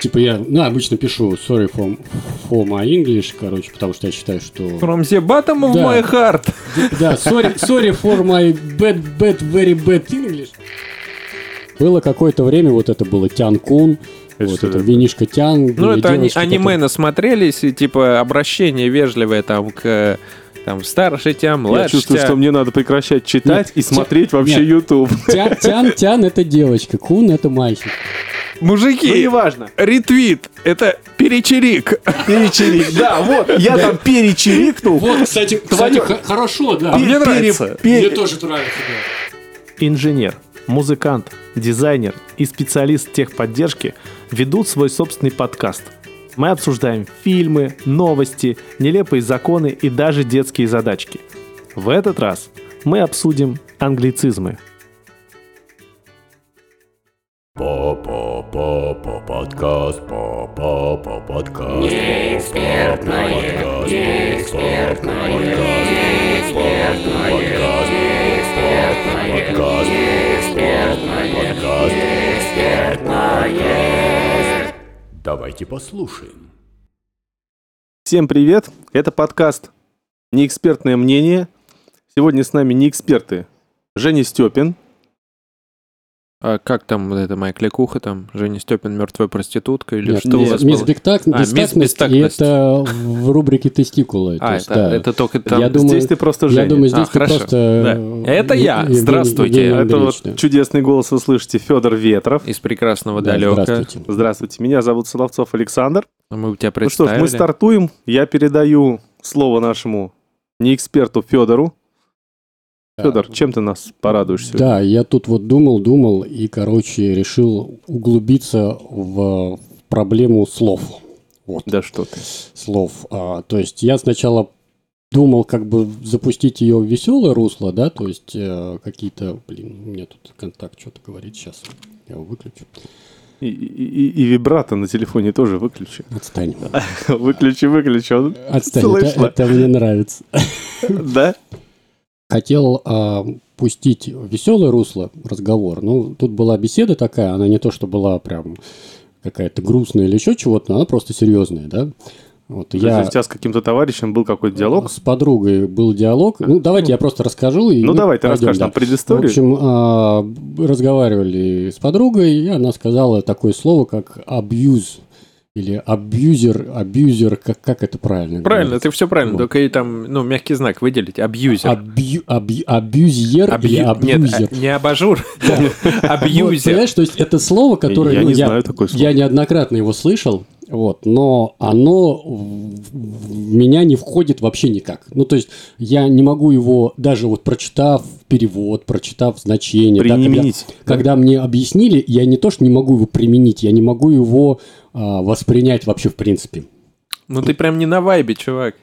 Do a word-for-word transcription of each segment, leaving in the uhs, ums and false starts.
Типа я, ну, обычно пишу sorry for, for my English, короче, потому что я считаю, что... From the bottom of да. my heart. Да, sorry, sorry for my bad, bad, very bad English. Было какое-то время, вот это было Тян-кун, вот это винишка Тян. Ну, это они, девочка, аниме которая... насмотрелись, и типа обращение вежливое там к там, старший тя, младший Я чувствую, тя. что мне надо прекращать читать Нет, и смотреть тя... вообще Нет. YouTube. Тян, Тян, Тян это девочка, Кун это мальчик. Мужики, Ну, неважно. ретвит, это перечерик. Перечерик, да, вот, я там перечерикнул. Вот, кстати, кстати х- хорошо, да. А мне нравится. Мне тоже нравится, да. Инженер, музыкант, дизайнер и специалист техподдержки ведут свой собственный подкаст. Мы обсуждаем фильмы, новости, нелепые законы и даже детские задачки. В этот раз мы обсудим англицизмы. По-по-по-по подкаст, по-по-по подкаст. Неэкспертное, неэкспертное, неэкспертное, неэкспертное подкаст, неэкспертное подкаст, неэкспертное. Давайте послушаем. Всем привет, это подкаст «Неэкспертное мнение». Сегодня с нами не эксперты Женя Степин. А как там вот это моя кликуха, там Женя Степин мертвая проститутка или Нет, что у вас мисс было? Бестак- А, мисс Бестактность, и Бестактность. это в рубрике тестикулы. то А, есть, это, да. это только там... Я думаю, Здесь ты просто Я Женя. думаю, здесь А, ты хорошо. просто... Да. э, Это я. Евгений- Здравствуйте. Евгений Это вот Андреевич, да. чудесный голос вы слышите, Федор Ветров. Из прекрасного Да, далека. здравствуйте. Здравствуйте, меня зовут Соловцов Александр. Мы у тебя Ну что ж, представили. мы стартуем. Я передаю слово нашему неэксперту Федору. Федор, чем ты нас порадуешь сегодня? Да, я тут вот думал, думал и, короче, решил углубиться в проблему слов. Вот, Да что ты. слов. А, то есть я сначала думал как бы запустить ее в веселое русло, да, то есть э, какие-то... Блин, у меня тут контакт что-то говорит сейчас. Я его выключу. И, и- и вибрато на телефоне тоже выключи. Отстань. Выключи, выключи. Он- Отстань, Слышно? это, это мне нравится. Да? Хотел а, пустить в веселое русло разговор. Ну, тут была беседа такая, она не то, что была прям какая-то грустная или еще чего-то, но она просто серьезная, да. Вот, То есть я у тебя с каким-то товарищем был какой-то диалог? с подругой был диалог. Ну, давайте я просто расскажу. И Ну мы давай, ты пойдем, расскажешь да. нам предысторию. В общем, а, разговаривали с подругой, и она сказала такое слово, как абьюз. Или абьюзер, абьюзер, как, как это правильно? Правильно, говорится? ты все правильно, Вот. только и там, ну, мягкий знак выделить, абьюзер. Абью, абью- абьюзер или Абью- абьюзер? Нет, а- не абажур, Вот, абьюзер. понимаешь, то есть это слово, которое... Я ну, не знаю такое слово. Я неоднократно его слышал, вот, но оно в, в меня не входит вообще никак. Ну, то есть я не могу его, даже вот прочитав перевод, прочитав значение... да, когда- Применить. когда мне объяснили, я не то, что не могу его применить, я не могу его а, воспринять вообще в принципе. Ну ты прям не на вайбе, чувак.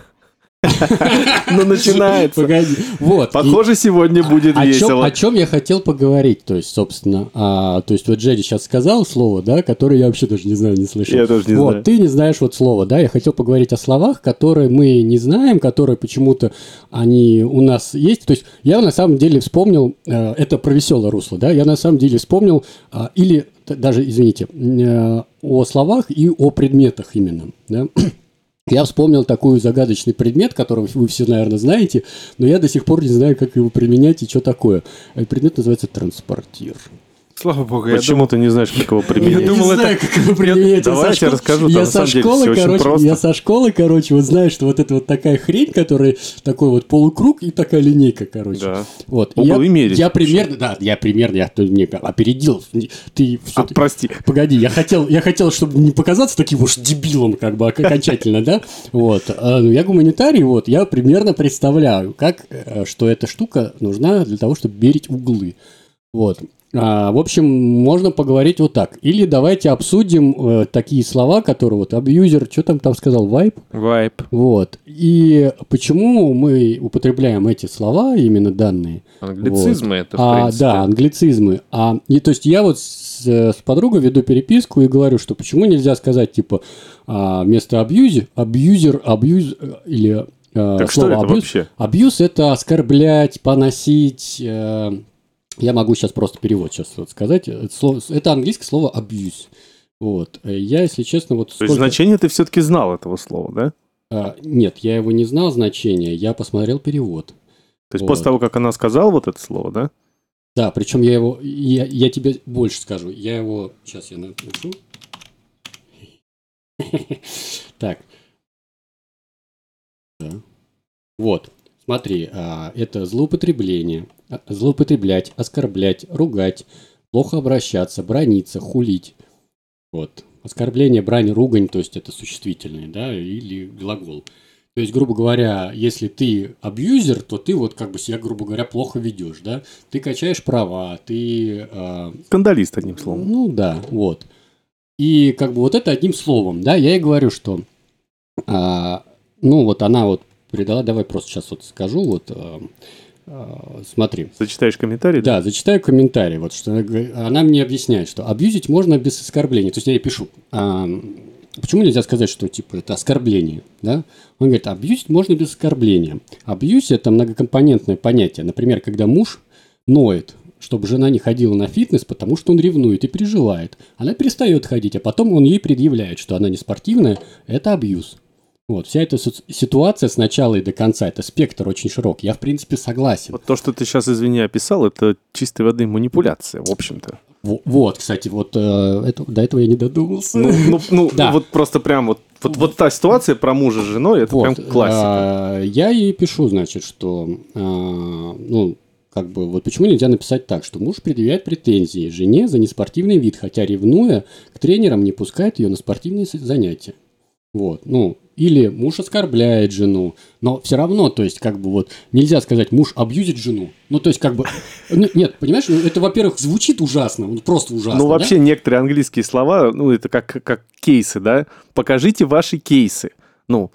Ну начинается. Погоди. Вот. Похоже, сегодня будет О чем, весело. о чем я хотел поговорить, то есть, собственно, а, то есть вот Женя сейчас сказал слово, да, которое я вообще даже не знаю, не слышал. Я тоже не вот, знаю. ты не знаешь вот слово, да, я хотел поговорить о словах, которые мы не знаем, которые почему-то они у нас есть, то есть я на самом деле вспомнил, э, это про веселое русло, да, я на самом деле вспомнил, а, или т- даже, извините, э, о словах и о предметах именно, да. Я вспомнил такой загадочный предмет, который вы все, наверное, знаете, но я до сих пор не знаю, как его применять и что такое. Этот предмет называется транспортир. Слава богу, я Почему ты не знаешь, как его Я применить? думал, не это- знаю, как его применять. Давай я тебе расскажу, там Я на со самом деле школы, всё очень короче, просто. я со школы, короче, вот знаю, что вот это вот такая хрень, которая такой вот полукруг и такая линейка, короче. Да. Вот. И Углы я, мерить. я примерно, да, я примерно, я тут не опередил. Ты А, всё- прости. Погоди, я хотел, я хотел, чтобы не показаться таким уж дебилом, как бы окончательно, да? Вот. А, ну, я гуманитарий, вот, я примерно представляю, как, э, что эта штука нужна для того, чтобы мерить углы. Вот. А, в общем, можно поговорить вот так. Или давайте обсудим э, такие слова, которые вот абьюзер, что там там сказал, вайп? Вайб. Вот. И почему мы употребляем эти слова, именно данные? Англицизмы Вот. это, в А, принципе. да, англицизмы. А, и, то есть я вот с, с подругой веду переписку и говорю, что почему нельзя сказать, типа, а, вместо абьюзи, абьюзер, абьюз, э, или э, Так что слово это абьюз. вообще? Абьюз – это оскорблять, поносить. э, я могу сейчас просто перевод сейчас вот сказать. Это, слово, это английское слово абьюз. Вот. Я, если честно, вот... То сколько... есть значение ты все-таки знал этого слова, да? А, нет, я его не знал значения, я посмотрел перевод. То есть вот. после того, как она сказала вот это слово, да? Да, причем я его... Я, я тебе больше скажу. Я его... Сейчас я напишу. Так. Вот. Смотри, это злоупотребление. Злоупотреблять, оскорблять, ругать, плохо обращаться, браниться, хулить. Вот. Оскорбление, брань, ругань, то есть это существительное, да, или глагол. То есть, грубо говоря, если ты абьюзер, то ты вот как бы себя, грубо говоря, плохо ведешь, да. Ты качаешь права, ты... Э, Скандалист, одним словом. Ну да, вот. И как бы вот это одним словом, да, я и говорю, что... Э, ну вот она вот передала, давай просто сейчас вот скажу, вот... Э, Смотри. Зачитаешь комментарий? Да, зачитаю комментарий. Вот, что она, она мне объясняет, что абьюзить можно без оскорбления. То есть я ей пишу, а, почему нельзя сказать, что типа это оскорбление? Да? Он говорит, абьюзить можно без оскорбления. Абьюз – это многокомпонентное понятие. Например, когда муж ноет, чтобы жена не ходила на фитнес, потому что он ревнует и переживает. Она перестает ходить, а потом он ей предъявляет, что она не спортивная. Это абьюз. Вот, вся эта ситуация с начала и до конца, это спектр очень широк. Я, в принципе, согласен. Вот то, что ты сейчас, извини, описал, это чистой воды манипуляция, в общем-то. В- вот, кстати, вот э, это, до этого я не додумался. Ну, ну, ну Да. вот просто прям вот, вот, вот та ситуация про мужа с женой, это Вот, прям классика. а, я ей пишу, значит, что, а, ну, как бы, вот почему нельзя написать так, что муж предъявляет претензии жене за неспортивный вид, хотя, ревнуя, к тренерам не пускает ее на спортивные занятия. Вот, ну, или муж оскорбляет жену, но все равно, то есть, как бы вот, нельзя сказать, муж абьюзит жену. Ну, то есть, как бы, ну, нет, понимаешь, ну, это, во-первых, звучит ужасно, вот просто ужасно. Ну, вообще, да? некоторые английские слова, ну, это как, как кейсы, да? Покажите ваши кейсы. Ну,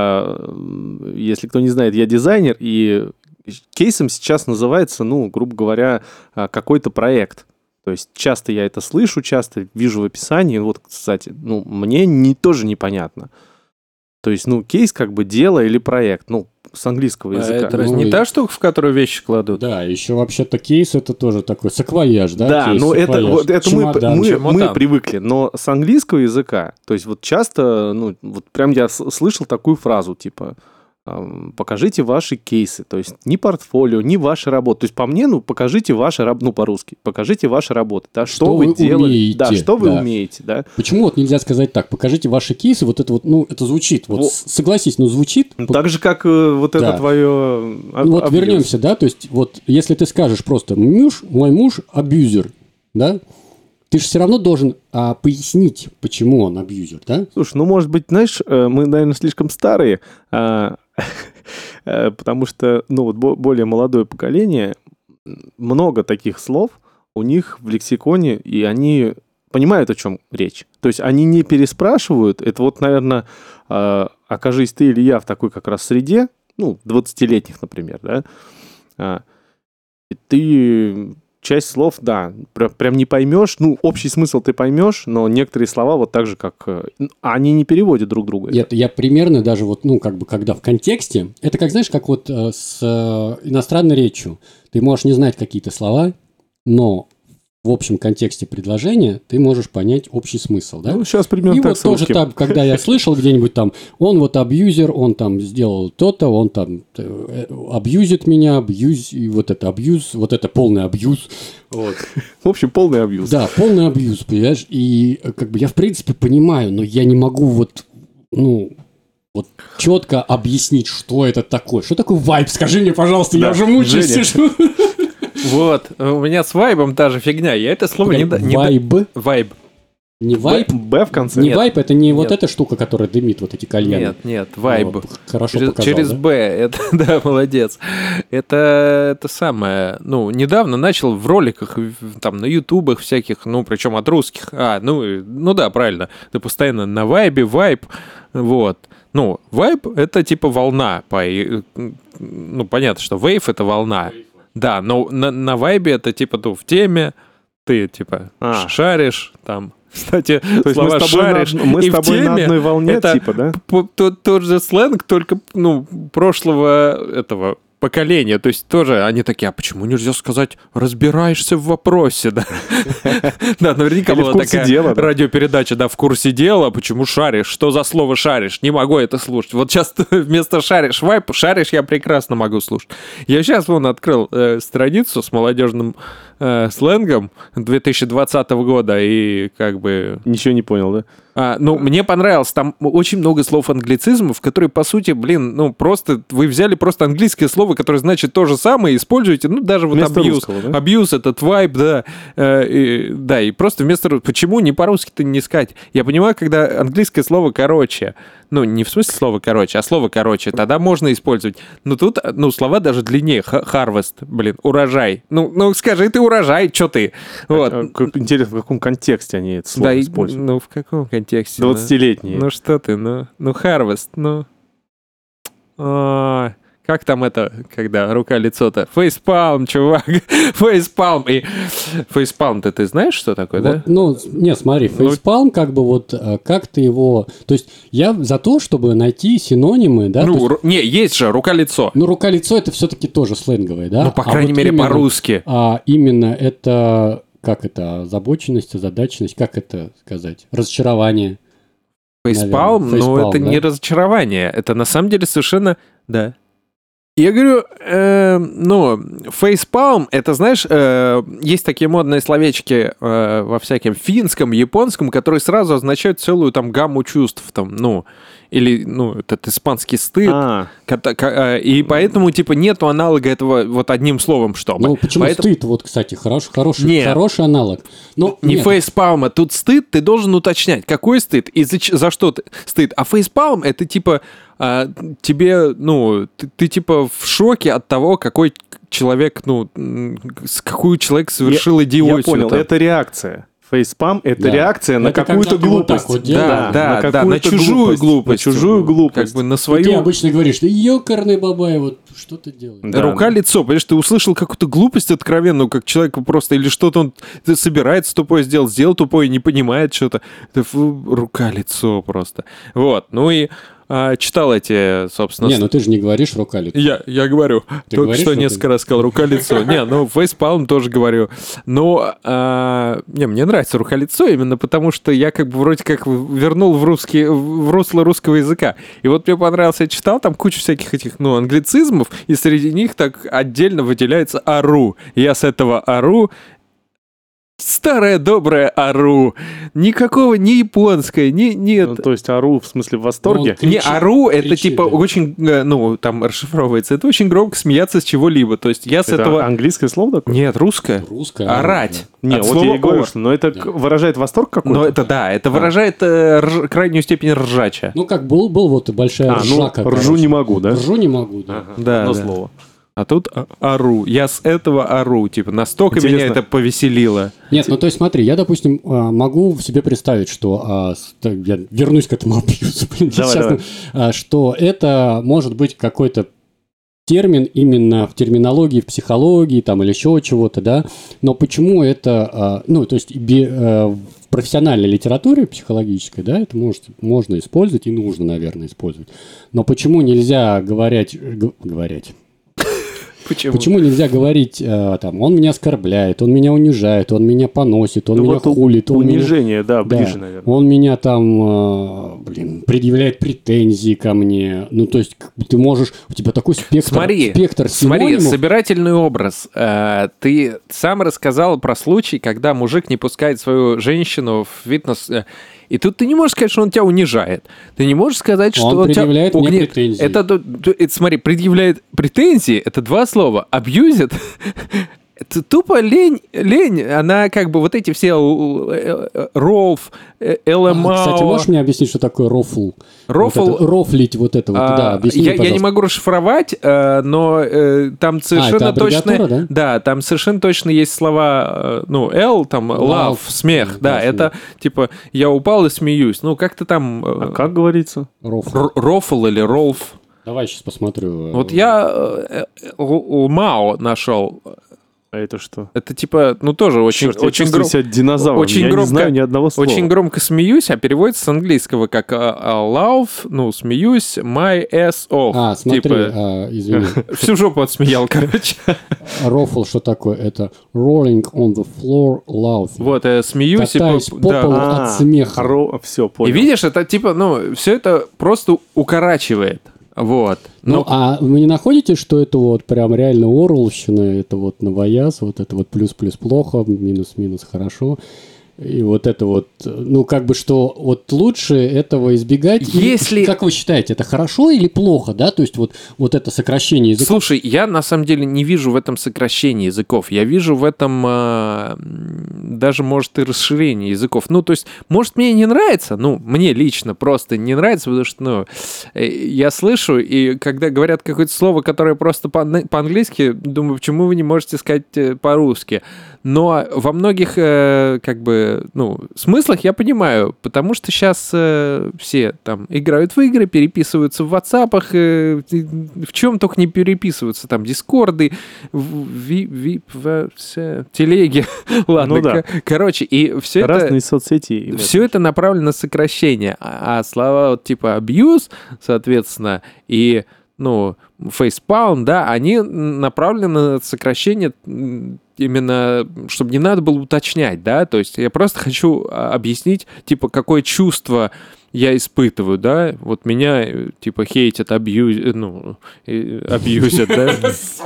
а, если кто не знает, я дизайнер, и кейсом сейчас называется, ну, грубо говоря, какой-то проект. То есть часто я это слышу, часто вижу в описании. Вот, кстати, ну, мне не, тоже непонятно. То есть, ну, кейс как бы дело или проект, ну, с английского языка. А это разве Ну, не и- та штука, в которую вещи кладут? Да, еще вообще-то кейс это тоже такой саквояж, да? Да, кейс, ну это, саквояж, вот это мы, чемодан. мы, мы чемодан. привыкли, но с английского языка, то есть вот часто, ну, вот прям я с- слышал такую фразу, типа, эм, покажите ваши кейсы, то есть ни портфолио, ни ваши работы. То есть по мне, ну, покажите ваши работы, ну, по-русски, покажите ваши работы, да, что, Что вы, вы делали, умеете, да, что вы да. умеете, да. Почему вот нельзя сказать так? Покажите ваши кейсы, вот это вот, ну, это звучит, вот Во- с- согласись, ну, звучит. Ну, так же, как э, вот это Да. твое... а- Ну, вот абьюз. вернемся, да, то есть вот если ты скажешь просто муж, мой муж абьюзер, да, ты же все равно должен а, пояснить, почему он абьюзер, да? Слушай, ну, может быть, знаешь, э, мы, наверное, слишком старые, а, э, потому что, ну, вот бо- более молодое поколение, много таких слов у них в лексиконе, и они понимают, о чем речь. То есть они не переспрашивают. Это вот, наверное, а, окажись ты или я в такой как раз среде, ну, двадцатилетних, например, да, а, и ты... Часть слов, да, прям, прям не поймешь. Ну, общий смысл ты поймешь, но некоторые слова вот так же, как... э, Они не переводят друг друга. Я, я примерно даже вот, ну, как бы, когда в контексте, это как, знаешь, как вот э, с э, иностранной речью. Ты можешь не знать какие-то слова, но в общем контексте предложения ты можешь понять общий смысл, да? Ну, сейчас примерно И так вот с тоже русским. там, когда я слышал где-нибудь там, он вот абьюзер, он там сделал то-то, он там э, абьюзит меня, абьюз, и вот это абьюз, вот это полный абьюз. Вот. В общем, полный абьюз. Да, полный абьюз, понимаешь? И э, как бы я в принципе понимаю, но я не могу вот, ну, вот четко объяснить, что это такое. Что такое вайб? Скажи мне, пожалуйста, Да, я уже мучаюсь. Женя. сижу. Вот, у меня с вайбом та же фигня. Я это слово не... да- не да- Вайб? Вайб. Не вайб? Б, Б в конце. Не Нет. вайп, это не вот Нет. эта штука, которая дымит, вот эти кальяны. Нет, нет, вайб. Вот, хорошо через, показал, через да? Б, это, да, молодец. Это, это самое, ну, недавно начал в роликах, в- там, на ютубах всяких, ну, причем от русских. А, ну, и- ну да, правильно. Ты постоянно на вайбе, вайб, вот. Ну, вайб — это типа волна. По, и, ну, понятно, что вейв — это волна. Да, но на, на вайбе это типа, ну, в теме, ты, типа, А. шаришь, там... Кстати, То есть слова мы с тобой, на, шаришь од- мы и с в тобой на теме одной волне, это типа, да? п- тот, тот же сленг, только, ну, прошлого этого поколение. То есть тоже они такие, а почему нельзя сказать «разбираешься в вопросе», да? Да, наверняка была такая радиопередача, да, «В курсе дела», почему шаришь, что за слово шаришь, не могу это слушать. Вот сейчас вместо шаришь, вайп, шаришь я прекрасно могу слушать. Я сейчас вон открыл э, страницу с молодежным э, сленгом две тысячи двадцатого года и как бы... Ничего не понял, да? А, ну, мне понравилось, там очень много слов англицизмов, которые, по сути, блин, ну, просто, вы взяли просто английское слово, которое значит то же самое, и используете, ну, даже вот абьюз. Да? Абьюз, этот вайб, да, э, и, да, и просто вместо... Почему не по-русски-то не сказать? Я понимаю, когда английское слово короче, ну, не в смысле слова короче, а слово короче, тогда можно использовать. Но тут, ну, слова даже длиннее. Harvest, блин, урожай. Ну, ну скажи ты урожай, что ты? Вот. А, как, интересно, в каком контексте они это слово да, используют? Ну, в каком контексте? двадцатилетние. Ну, ну что ты, ну, ну, harvest, ну... А, как там это, когда рука-лицо-то? Фейспалм, чувак, фейспалм. И фейспалм-то ты знаешь, что такое, вот, да? Ну, нет, смотри, фейспалм, как бы вот, как ты его... То есть я за то, чтобы найти синонимы, да? Ну, есть, не, есть же рука-лицо. Ну, рука-лицо это все-таки тоже сленговое, да? Ну, по а крайней вот мере, именно, по-русски. А именно это, как это, озабоченность, озадаченность, как это сказать? Разочарование. Фейспалм, но это да? не разочарование. Это на самом деле совершенно... Да. Я говорю, э, ну, фейспалм, это, знаешь, э, есть такие модные словечки э, во всяком финском, японском, которые сразу означают целую там гамму чувств, там, ну, или, ну, этот испанский стыд. А. И поэтому, типа, нету аналога этого вот одним словом, что. Ну, почему поэтому... стыд? Вот, кстати, хороший, хороший, хороший аналог. Но не нет. фейспалм, а тут стыд, ты должен уточнять, какой стыд и за, за что ты стыд. А фейспалм, это, типа, а, тебе, ну, ты, ты, типа, в шоке от того, какой человек, ну, какую человек совершил я, идиотию. Я понял, там. Это реакция. Фейспам — это да. реакция это на какую-то глупость. Вот да, да, на, да, на чужую глупость. глупость. На чужую глупость. Как бы на свою... И ты обычно говоришь, да ёкарный бабай, вот что ты делаешь? Да. Рука-лицо, понимаешь, ты услышал какую-то глупость откровенную, как человек просто, или что-то он собирается тупое сделать, сделал тупое, не понимает что-то. Это рука-лицо просто. Вот, ну и... А, читал эти, собственно... Не, ну ты же не говоришь рука-лицо. Я, я говорю. Ты Только что несколько раз сказал рука-лицо. Не, ну фейспалм тоже говорю. Но а, не, мне нравится рука-лицо именно потому, что я как бы вроде как вернул в, русский, в русло русского языка. И вот мне понравилось, я читал там кучу всяких этих, ну, англицизмов, и среди них так отдельно выделяется «ару». Я с этого «ару». Старая добрая ару. Никакого ни японское, ни нет. Ну, то есть ару в смысле в восторге? Ну, не ару, это кричит, типа да. очень, ну, там расшифровывается. Это очень громко смеяться с чего-либо. То есть я с это этого... английское слово такое? Нет, русское. Русское. Орать. Да. Не, вот я и говорю, что, но это да. выражает восторг какой-то? Ну, это да, это а. выражает э, рж, крайнюю степень ржача. Ну, как был, был вот и большая а, ржака. Ну, ржу не могу, да? Ржу не могу, да. Ага. Да, Одно да. слово. А тут ору. Я с этого ору. Типа, настолько Интересно. Меня это повеселило. Нет, ну то есть смотри, я, допустим, могу себе представить, что... Я вернусь к этому абьюзу, блин, давай, сейчас, давай. Что это может быть какой-то термин именно в терминологии, в психологии там, или еще чего-то, да? Но почему это... Ну, то есть в профессиональной литературе психологической, да, это может, можно использовать и нужно, наверное, использовать. Но почему нельзя говорить... говорить Почему? Почему нельзя говорить, э, там, он меня оскорбляет, он меня унижает, он меня поносит, он ну, меня вот хулит. Он унижение, меня, да, ближе, да, наверное. Он меня там, э, блин, предъявляет претензии ко мне. Ну, то есть, ты можешь, у тебя такой спектр, смотри, спектр синонимов. Смотри, собирательный образ. Э, ты сам рассказал про случай, когда мужик не пускает свою женщину в фитнес... И тут ты не можешь сказать, что он тебя унижает. Ты не можешь сказать, что он, он предъявляет тебя... мне Нет, претензии. Это, это, это, смотри, предъявляет претензии, это два слова. Абьюзит... Это тупо лень, лень, она как бы вот эти все ролф, эл эм эй. А, кстати, можешь мне объяснить, что такое рофл? Рофл? Вот это, рофлить вот это вот, а, да, объясни, я, я не могу расшифровать, но там совершенно а, точно... Да? да, там совершенно точно есть слова, ну, L, там, love, love смех, да, да это смех. Типа, я упал и смеюсь, ну, как-то там... А как говорится? Рофл. Рофл или ролф. Давай сейчас посмотрю. Вот я Мао нашел... А это что? Это типа, ну тоже очень, Черт, я очень, чувствую гром- себя динозавром. очень я громко- не знаю ни одного слова. очень громко смеюсь, а переводится с английского как а, а, love, ну, смеюсь, my ass off. А, смотри, Типа, а, извини. всю жопу отсмеял, короче. Рофл, что такое? Это rolling on the floor loud. Вот, я смеюсь и... Катаюсь по- по да. полу от смеха. Все, И понял. видишь, это типа, ну, все это просто укорачивает. Вот. Ну, Ну, а вы не находите, что это вот прям реально Оруэллщина, это вот новояз, вот это вот плюс-плюс плохо, минус-минус хорошо, и вот это вот, ну, как бы что, вот лучше этого избегать. Если- И, как вы считаете, это хорошо или плохо, да? То есть вот, вот это сокращение языков. слушай, я на самом деле не вижу в этом сокращении языков. Я вижу в этом а, м, даже, может, и расширение языков. Ну, то есть, может, мне не нравится, ну, мне лично просто не нравится, потому что, ну, э, я слышу, и когда говорят какое-то слово, которое просто по- по-английски, думаю, почему вы не можете сказать э, по-русски? Но во многих, э, как бы, ну, смыслах я понимаю, потому что сейчас э, все там играют в игры, переписываются в WhatsApp, э, в чем только не переписываются, там, дискорды, в, ви, ви, в, все, телеги, ладно, Ну да. к- короче, и все это... Разные соцсети. и в Все этом. это направлено на сокращение, а, а слова вот типа abuse, соответственно, и, ну, facepalm, да, они направлены на сокращение м, именно, чтобы не надо было уточнять, да, то есть я просто хочу а, объяснить, типа, какое чувство я испытываю, да, вот меня, э, типа, хейтят, абьюзят, ну, э, абьюзят, да.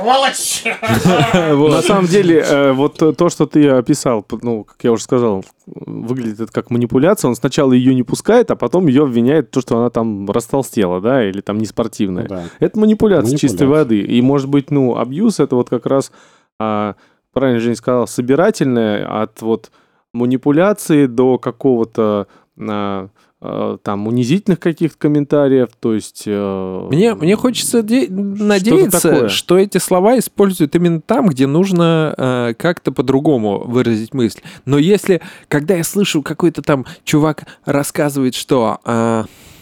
На самом деле, э, вот то- то, что ты описал, п- ну, как я уже сказал, выглядит это как манипуляция. Он сначала ее не пускает, а потом ее обвиняет в том, что она там растолстела, да, или там неспортивная. Да. Это манипуляция, Манипуляция. чистой воды. И, может быть, ну, абьюз — это вот как раз, а, правильно Женя сказал, собирательное от вот манипуляции до какого-то а, а, там унизительных каких-то комментариев, то есть... э, Мне, мне хочется де- надеяться, такое? что эти слова используют именно там, где нужно э, как-то по-другому выразить мысль. Но если, когда я слышу, какой-то там чувак рассказывает, что э,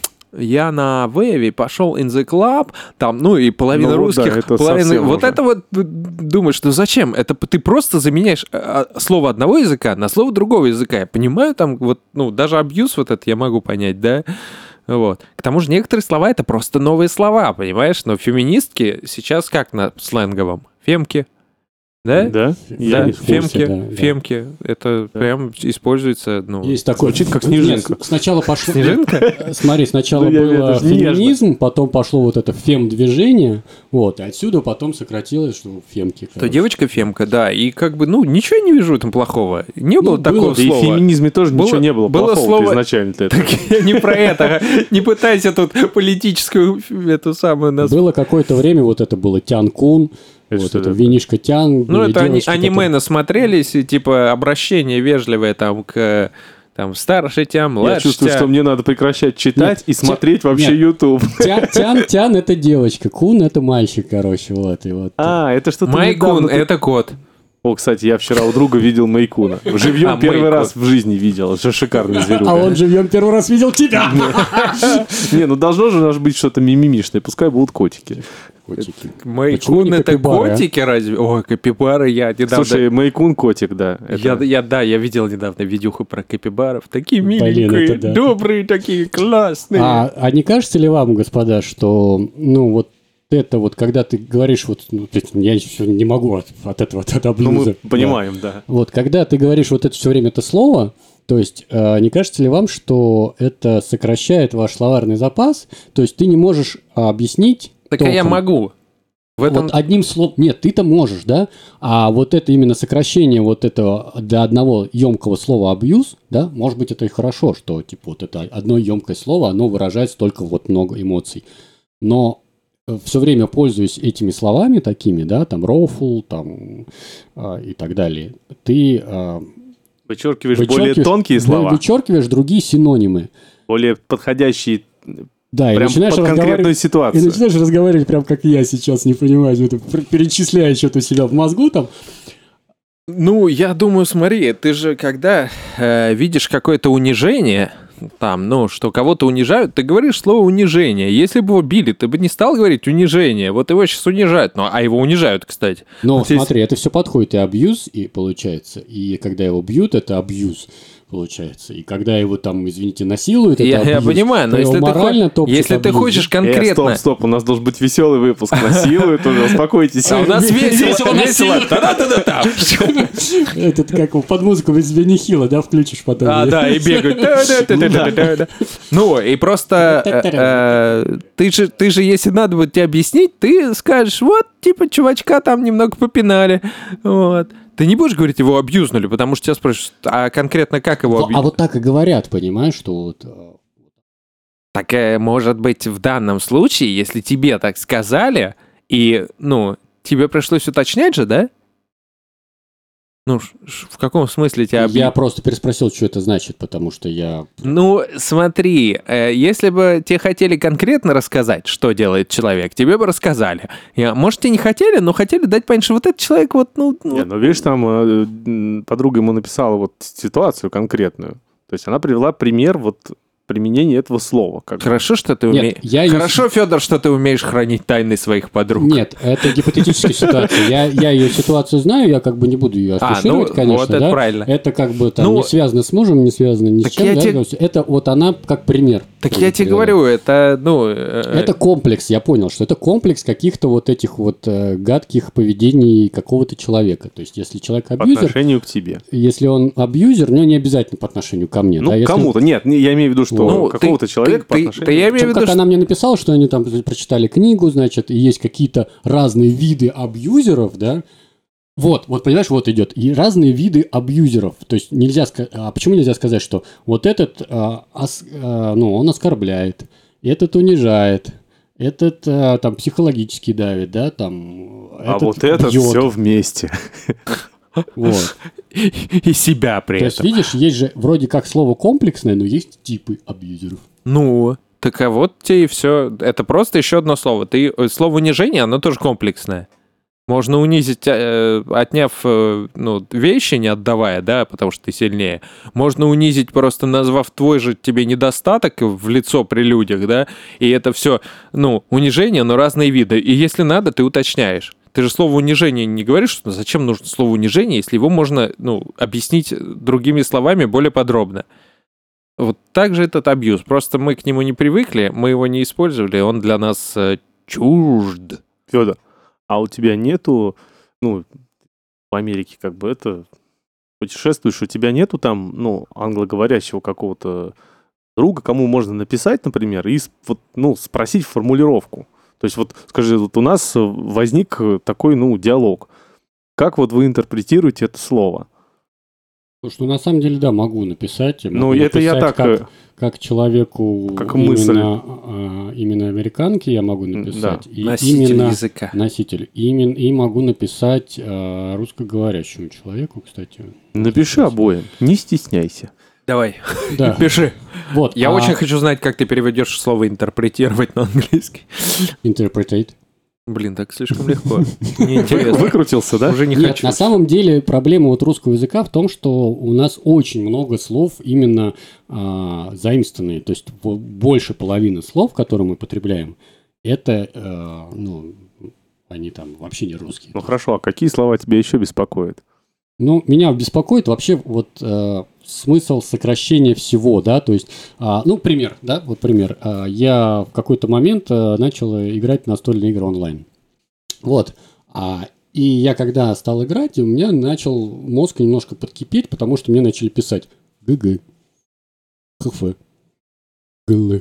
я на Вейве пошел in the club, там, ну и половина Ну вот да, русских, это половина... совсем Вот уже. это вот д- думаешь, ну зачем? Это ты просто заменяешь э, слово одного языка на слово другого языка. Я понимаю, там вот, ну, даже абьюз вот это я могу понять, да? Вот. К тому же некоторые слова — это просто новые слова, понимаешь? Но феминистки сейчас как на сленговом? Фемки. Да? Да? Я Да, не в курсе. фемки, да, да. фемки. Это прям используется, ну... Есть такой... Звучит как снежинка. Нет, сначала пошло... Снежинка? Смотри, сначала Ну, я имею в было виду, нежно. феминизм, потом пошло вот это фем-движение, вот, и отсюда потом сократилось, что фемки. То короче. девочка фемка, да. И как бы, ну, ничего не вижу там плохого. Не было Ну, такого было. Да и в слова. феминизме тоже Было- ничего не было было плохого слово- изначально-то. это. Так я не про это. Не пытайся тут политическую эту самую нас... Было какое-то время, вот это было Тян-кун, Это вот что это такое? винишка Тян. Ну, были это ани- девочки, аниме которые- насмотрелись, и типа обращение вежливое там к там старший тя, Я младший чувствую, тя. что мне надо прекращать читать Нет, и смотреть вообще нет. YouTube. Тян, Тян, Тян это девочка, Кун это мальчик, короче, вот. И вот. А, это что-то Майкун недавно ты- это кот. О, кстати, я вчера у друга видел Майкуна. Живьем А, первый Майкун. раз в жизни видел. Это шикарный зверюга. А он живьем первый раз видел тебя. Не, ну должно же даже быть что-то мимимишное. Пускай будут котики. Котики. Почему Майкун не это капибары, а? котики разве? Ой, капибары я недавно... Слушай, Майкун котик, да. это- Я, я, да, я видел недавно видюху про капибаров. Такие Блин, миленькие, это да. добрые, такие классные. А, а не кажется ли вам, господа, что, ну, вот это вот, когда ты говоришь, вот, ну, то есть я еще не могу от, от этого от Ну, облюза. мы понимаем, да. Вот, когда ты говоришь вот это все время это слово, то есть э, не кажется ли вам, что это сокращает ваш словарный запас? То есть ты не можешь а, объяснить Так а я толком. могу. В этом... Вот одним словом... Нет, ты-то можешь, да? А вот это именно сокращение вот этого до одного емкого слова абьюз, да, может быть, это и хорошо, что типа вот это одно емкое слово, оно выражает столько вот много эмоций. Но все время пользуясь этими словами такими, да, там рофл, там а, и так далее, ты а, Вычеркиваешь более вычеркиваешь- тонкие вы- слова, вычеркиваешь другие синонимы. более подходящие Да, и прям начинаешь под конкретную разговаривать... И ситуацию. начинаешь разговаривать прям как я сейчас, не понимаю, это, перечисляя что-то у себя в мозгу там. Ну, я думаю, смотри, ты же когда э, видишь какое-то унижение, там, ну, что кого-то унижают, ты говоришь слово «унижение». Если бы его били, ты бы не стал говорить «унижение». Вот его сейчас унижают, ну, а его унижают, кстати. Но Вот здесь- смотри, это все подходит и абьюз, и получается. И когда его бьют, это абьюз, получается. И когда его там, извините, насилуют, это Я, я абьюз. понимаю, но То его если, ты, морально хо- топчут если ты абьюз. хочешь Э, конкретно... стоп, стоп, у нас должен быть веселый выпуск. Насилуют, уже, успокойтесь. А у нас весело, Весело весело. насилуют. Та-да-та-да-та. Этот, как его, под музыку из Бенни Хилла, да, включишь потом. А, да, и бегают. Та-да-та-та-та-та-та. Ну, и просто э, э, ты же, ты же, если надо будет тебе объяснить, ты скажешь, вот, типа, чувачка там немного попинали. Вот. Ты не будешь говорить, его абьюзнули, потому что тебя спрашивают, а конкретно как его Ну, а абьюзнули? вот так и говорят, понимаешь, что вот... э, Так, э, может быть, в данном случае, если тебе так сказали, и, ну, тебе пришлось уточнять же, да? Ну, ш- ш- в каком смысле тебя Я объ... просто переспросил, что это значит, потому что я... Ну, смотри, э, если бы тебе хотели конкретно рассказать, что делает человек, тебе бы рассказали. Я, может, тебе не хотели, но хотели дать понять, что вот этот человек вот, ну... ну, Не, ну, видишь, там э, м, подруга ему написала вот ситуацию конкретную. То есть она привела пример вот применения этого слова. Как бы. Хорошо, что ты Нет, умеешь... я её- Хорошо, Федор, что ты умеешь хранить тайны своих подруг. Нет, это гипотетическая ситуация. Я, я ее ситуацию знаю, я как бы не буду ее А, афишировать, ну, конечно. вот это да. правильно. Это как бы там Ну, не связано с мужем, не связано ни с так чем. я да, те- то есть это вот она как пример. Так тоже я тебе привела. говорю, это, ну... э, Это комплекс, я понял, что это комплекс каких-то вот этих вот э, гадких поведений какого-то человека. То есть если человек По абьюзер, отношению к тебе. если он абьюзер, но не обязательно по отношению ко мне. Ну, да, если- кому-то. Нет, не- я имею в виду, что Ну, какого-то ты- человека ты- по ты- отношению... да я имею в Причем, виду, как что- она мне написала, что они там прочитали книгу, значит, и есть какие-то разные виды абьюзеров, да. Вот, вот понимаешь, вот идет. И разные виды абьюзеров. То есть нельзя сказать... А почему нельзя сказать, что вот этот, а, ос- а, ну, он оскорбляет, этот унижает, этот а, там психологически давит, да, там... А этот вот это бьет. все вместе. Вот. И себя при То есть, этом. видишь, есть же вроде как слово комплексное, но есть типы абьюзеров. Ну, так а вот тебе и все. Это просто еще одно слово. Ты, э, слово унижение, оно тоже комплексное. Можно унизить, э, отняв э, ну, вещи, не отдавая, да, потому что ты сильнее. Можно унизить, просто назвав твой же тебе недостаток в лицо при людях, да, и это все, ну, унижение, но разные виды. И если надо, ты уточняешь. Ты же слово унижение не говоришь, что зачем нужно слово унижение, если его можно, ну, объяснить другими словами более подробно. Вот так же этот абьюз. Просто мы к нему не привыкли, мы его не использовали, он для нас э, чужд. Федор, а у тебя нету, ну, в Америке как бы это, путешествуешь, у тебя нету там, ну, англоговорящего какого-то друга, кому можно написать, например, и с- вот, ну, спросить формулировку. То есть вот, скажи, вот у нас возник такой, ну, диалог. Как вот вы интерпретируете это слово? Потому что на самом деле, да, могу написать. Ну, могу это я написать так... э, Как, как человеку Как именно, мысль. а, именно американке я могу написать. И Носитель именно языка. носитель. Именно, и могу написать а, русскоговорящему человеку, кстати. Напиши обоим, не стесняйся. Давай, Да, пиши. вот. Я а очень хочу знать, как ты переведешь слово «интерпретировать» на английский. interpretate. Блин, так слишком легко. Неинтересно. Выкрутился, да? Уже не Нет, хочу. на самом деле проблема вот русского языка в том, что у нас очень много слов именно а, заимствованные. То есть в- больше половины слов, которые мы потребляем, это, а, ну, они там вообще не русские. Ну хорошо, а какие слова тебя еще беспокоят? Ну, меня беспокоит вообще вот э, смысл сокращения всего, да, то есть, а, ну, пример, да, вот пример. А, я в какой-то момент а, начал играть в настольные игры онлайн. Вот. А, и я когда стал играть, у меня начал мозг немножко подкипеть, потому что мне начали писать ГГ, ХФ, ГЛ.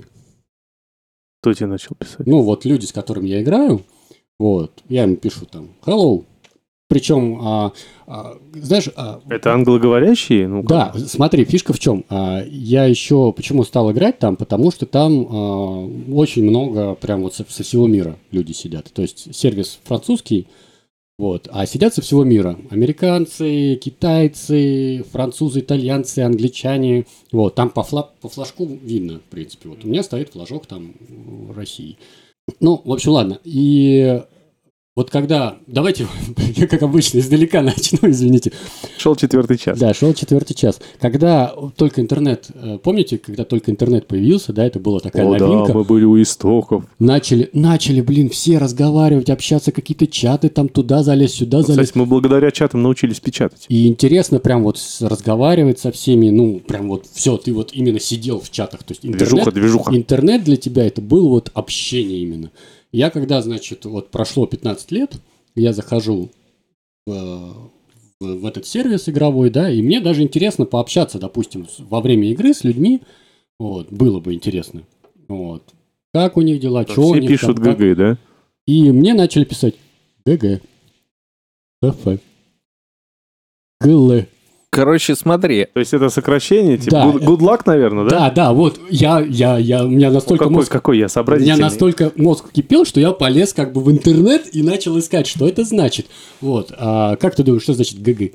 Кто тебе начал писать? Ну, вот люди, с которыми я играю, вот, я им пишу там hello. Причем, а, а, знаешь... а, Это англоговорящие? Ну, Да, как? смотри, фишка в чем. А, Я еще почему стал играть там, потому что там а, очень много прям вот со, со всего мира люди сидят. То есть сервис французский, вот, а сидят со всего мира. Американцы, китайцы, французы, итальянцы, англичане. Вот, там по, фла- по флажку видно, в принципе. Вот у меня стоит флажок там России. Ну, в общем, ладно. И Вот когда, давайте, я как обычно издалека начну, извините. Шел четвертый час. Да, шел четвертый час. Когда только интернет, э, помните, когда только интернет появился, да, это была такая О, новинка. да, мы были у истоков. Начали, начали, блин, все разговаривать, общаться, какие-то чаты, там туда залезть, сюда залезть. Кстати, мы благодаря чатам научились печатать. И интересно прям вот с- разговаривать со всеми, ну, прям вот все, ты вот именно сидел в чатах. То есть интернет, Движуха, движуха. интернет для тебя это было вот общение именно. Я когда, значит, вот прошло пятнадцать лет, я захожу в, в, в этот сервис игровой, да, и мне даже интересно пообщаться, допустим, с- во время игры с людьми, вот, было бы интересно. Вот. Как у них дела, что у Все них пишут там, как- ГГ, да? И мне начали писать ГГ, ФФ, ГЛ. Короче, смотри. То есть это сокращение, типа Да. good, good luck, наверное, да? Да, да, вот я, я, я, у меня Ну, настолько какой, мозг, какой я у сообразительный. меня настолько мозг кипел, что я полез как бы в интернет и начал искать, что это значит. Вот, а как ты думаешь, что значит ГГ?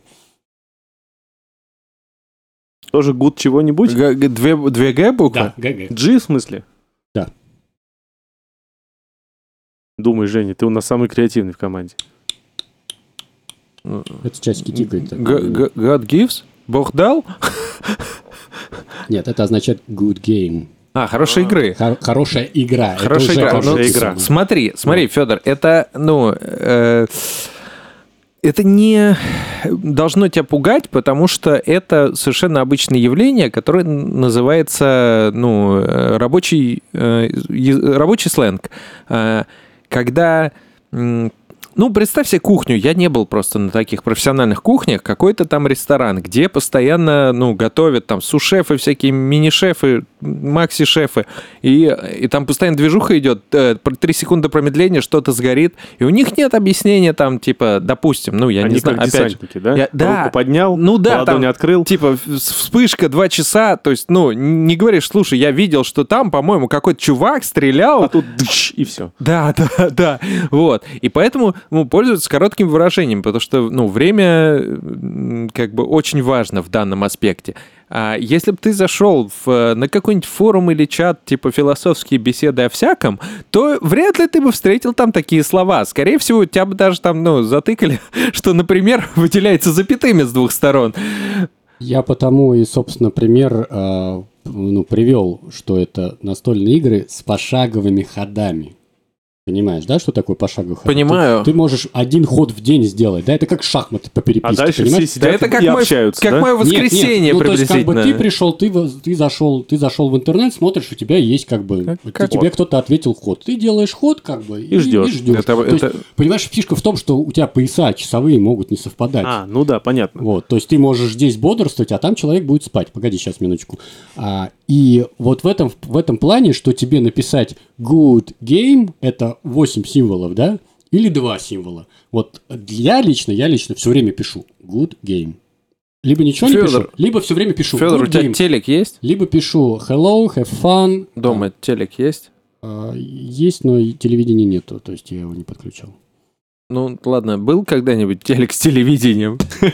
Тоже good чего-нибудь? Г- г- Две, две Г буквы? Да, ГГ. G в смысле? Да. Думай, Женя, ты у нас самый креативный в команде. Это часики тикают. Г- г- God gives? Бог дал? Нет, это означает good game. А, хорошей игры. Хор- хорошая игра. Это Хорошая уже игра. хорошая Ну, игра. с- Смотри, смотри, Федор, это, ну, э, это не должно тебя пугать, потому что это совершенно обычное явление, которое называется, ну, э, рабочий, э, е- рабочий сленг. Э, Когда... м, Ну, представь себе кухню. Я не был просто на таких профессиональных кухнях. Какой-то там ресторан, где постоянно, ну, готовят там су-шефы, всякие мини-шефы, макси-шефы. И, и там постоянно движуха идет. э, про- Три секунды промедления, что-то сгорит. И у них нет объяснения там, типа, допустим, ну, я Они не знаю, как опять же, десантники, да? Я- да. Руку поднял, Ну да, ладонь там, открыл. Типа в- вспышка, два часа, то есть, ну, не говоришь, слушай, я видел, что там, по-моему, какой-то чувак стрелял. А тут дыщ, и все. Да, да, да, вот. И поэтому ну, пользуются коротким выражением, потому что, ну, время м, как бы очень важно в данном аспекте. А если бы ты зашел в, на какой-нибудь форум или чат, типа философские беседы о всяком, то вряд ли ты бы встретил там такие слова. Скорее всего, тебя бы даже там, ну, затыкали, что, например, выделяется запятыми с двух сторон. Я потому и, собственно, пример э, ну, привел, что это настольные игры с пошаговыми ходами. Понимаешь, да, что такое пошаговый ход? Понимаю. Ты, ты можешь один ход в день сделать, да, это как шахматы по переписке, А дальше понимаешь? все Да сидят это как, и мой, общаются, как да? мое Нет, нет, воскресенье ну, то есть, как приблизительно. бы ты пришел, ты, воз- ты зашел, ты зашел в интернет, смотришь, у тебя есть как бы, Как- ты- как тебе кто-то ответил ход, ты делаешь ход как бы и, ждешь. И ждешь. Это- То это- есть, понимаешь, фишка в том, что у тебя пояса часовые могут не совпадать. А, ну да, понятно. Вот, то есть ты можешь здесь бодрствовать, а там человек будет спать. Погоди, сейчас минуточку. А, и вот в этом, в этом плане, что тебе написать good game, это восемь символов, да, или два символа. Вот я лично, я лично все время пишу good game. Либо ничего Фёдор, не пишу, либо все время пишу Федор, у good тебя game. телек есть? Либо пишу hello, have fun. Дома телек есть? А, есть, но и телевидения нету, то есть я его не подключал. Ну, ладно, был когда-нибудь телек с телевидением?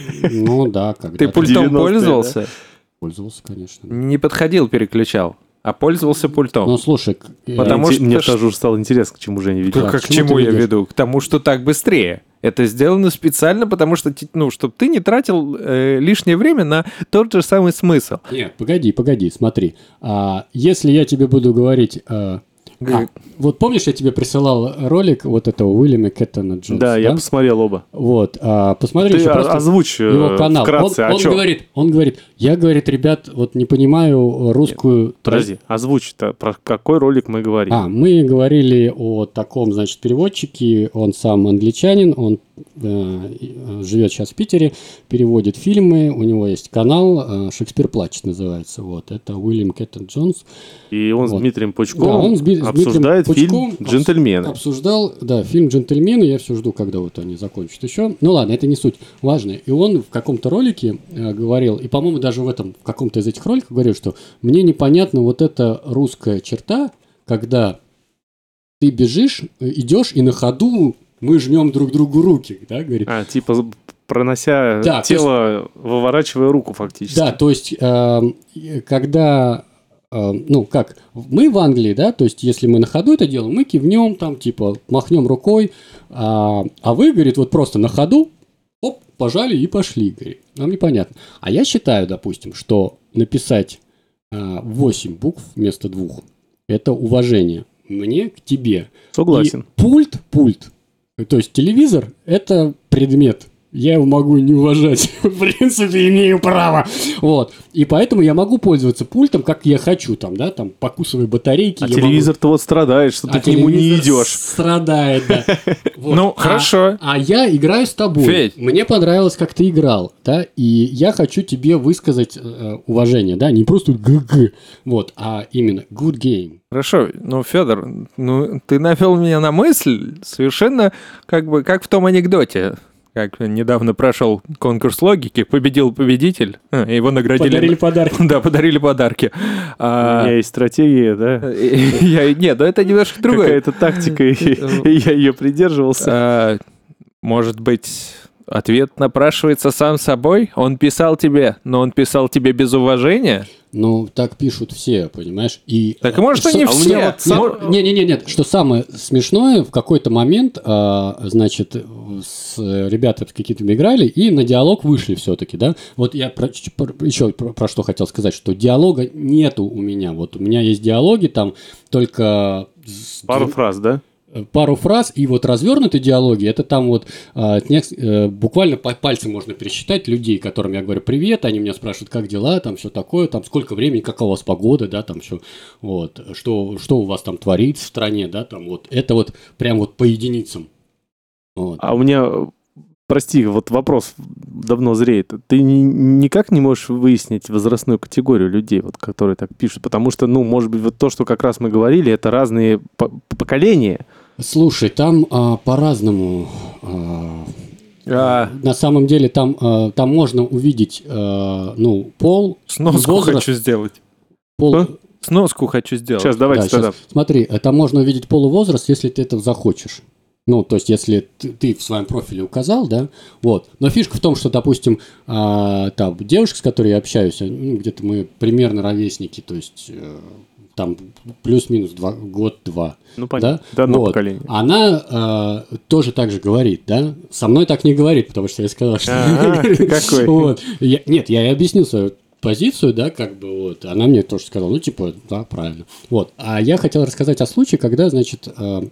Ну да, когда Ты пультом девяностые, пользовался? пользовался, конечно. Не подходил, переключал, а пользовался пультом. Ну слушай, к- э, Потому Мне что- мне что- тоже уже стало интересно, к чему Женя ведет. Как, Да, как к к чему чему ты я ведёшь? веду? К тому, что так быстрее. Это сделано специально, потому что, ти- ну, чтобы ты не тратил э, лишнее время на тот же самый смысл. Нет, погоди, погоди, смотри. А, если я тебе буду говорить... а, а, вот помнишь, я тебе присылал ролик вот этого Уильяма Кэттона Джонса? Да, я посмотрел оба. Вот, а, посмотри Ты еще о- просто озвучь э, его канал. вкратце, он, о он чем? говорит, он говорит, я, говорит, ребят, вот не понимаю русскую... Подожди, озвучь, про какой ролик мы говорим. А, мы говорили о таком, значит, переводчике, он сам англичанин, он э, э, живет сейчас в Питере, переводит фильмы, у него есть канал, э, «Шекспир плачет» называется, вот, это Уильям Кэттон Джонс. И он Вот. с Дмитрием Да, Пучковым он с Би- с Дмитрием обсуждает фильм Пучковым обс- «Джентльмены». Обсуждал, да, фильм «Джентльмены», я все жду, когда вот они закончат еще. Ну ладно, это не суть, важно. И он в каком-то ролике э, говорил, и, по-моему, даже в этом, в каком-то из этих роликов говорил, что мне непонятна вот эта русская черта, когда ты бежишь, э, идешь, и на ходу мы жмем друг другу руки, да, говорит. А, типа пронося Да, то тело, выворачивая руку фактически. Да, то есть, э, когда э, ну, как, мы в Англии, да, то есть, если мы на ходу это делаем, мы кивнем там, типа, махнем рукой, а, а вы, говорит, вот просто на ходу, оп, пожали и пошли, говорит. Нам непонятно. А я считаю, допустим, что написать а, восемь букв вместо двух – это уважение мне к тебе. Согласен. И пульт, пульт, то есть телевизор – это предмет. Я его могу не уважать. В принципе, имею право. Вот. И поэтому я могу пользоваться пультом, как я хочу, там, да, там, покусывая батарейки. А телевизор-то могу... вот страдает, что а ты к нему не идешь. Страдает, да. Вот. Ну, а, хорошо. А я играю с тобой. Федь. Мне понравилось, как ты играл, да, и я хочу тебе высказать э, уважение, да, не просто ГГ, вот, а именно good game. Хорошо, ну, Федор, ну, ты навел меня на мысль совершенно как бы как в том анекдоте. Как недавно прошел конкурс логики, победил победитель, а, его наградили. Подарили подарки. Да, подарили подарки. У меня есть стратегия, да? Я... Нет, но это немножко другое. Какая-то тактика, и я ее придерживался. Может быть, ответ напрашивается сам собой? Он писал тебе, но он писал тебе без уважения? Ну, так пишут все, понимаешь? И, так может, и не а все. У меня вот сам... Не, не, не, нет. Что самое смешное, в какой-то момент, а, значит, с ребята какие-то играли и на диалог вышли все-таки, да? Вот я про, про, еще про, про что хотел сказать, что диалога нету у меня. Вот у меня есть диалоги там только... Пару фраз, да? Пару фраз, и вот развернутые диалоги, это там вот а, не, буквально по пальцам можно пересчитать людей, которым я говорю привет, они меня спрашивают, как дела, там все такое, там сколько времени, какая у вас погода, да, там все, вот, что, что у вас там творится в стране, да, там вот, это вот прям вот по единицам. Вот. А у меня, прости, вот вопрос давно зреет, ты ни, никак не можешь выяснить возрастную категорию людей, вот, которые так пишут, потому что, ну, может быть, вот то, что как раз мы говорили, это разные по- поколения. Слушай, там а, по-разному. А, а... На самом деле там, а, там можно увидеть, а, ну, пол, сноску возраст, хочу сделать. Пол... А? Сноску хочу сделать. Сейчас, давайте да, тогда. Сейчас. Смотри, там можно увидеть пол и возраст, если ты этого захочешь. Ну, то есть, если ты, ты в своем профиле указал, да, вот. Но фишка в том, что, допустим, а, там девушка, с которой я общаюсь, ну, где-то мы примерно ровесники, то есть... там плюс-минус два, год-два. Ну, понятно. Да? Да, одно вот. поколение. Она э, тоже так же говорит, да? Со мной так не говорит, потому что я сказал, что... Какой? Вот. Нет, я ей объяснил свою позицию, да, как бы, вот. Она мне тоже сказала, ну, типа, да, правильно. Вот. А я хотел рассказать о случае, когда, значит,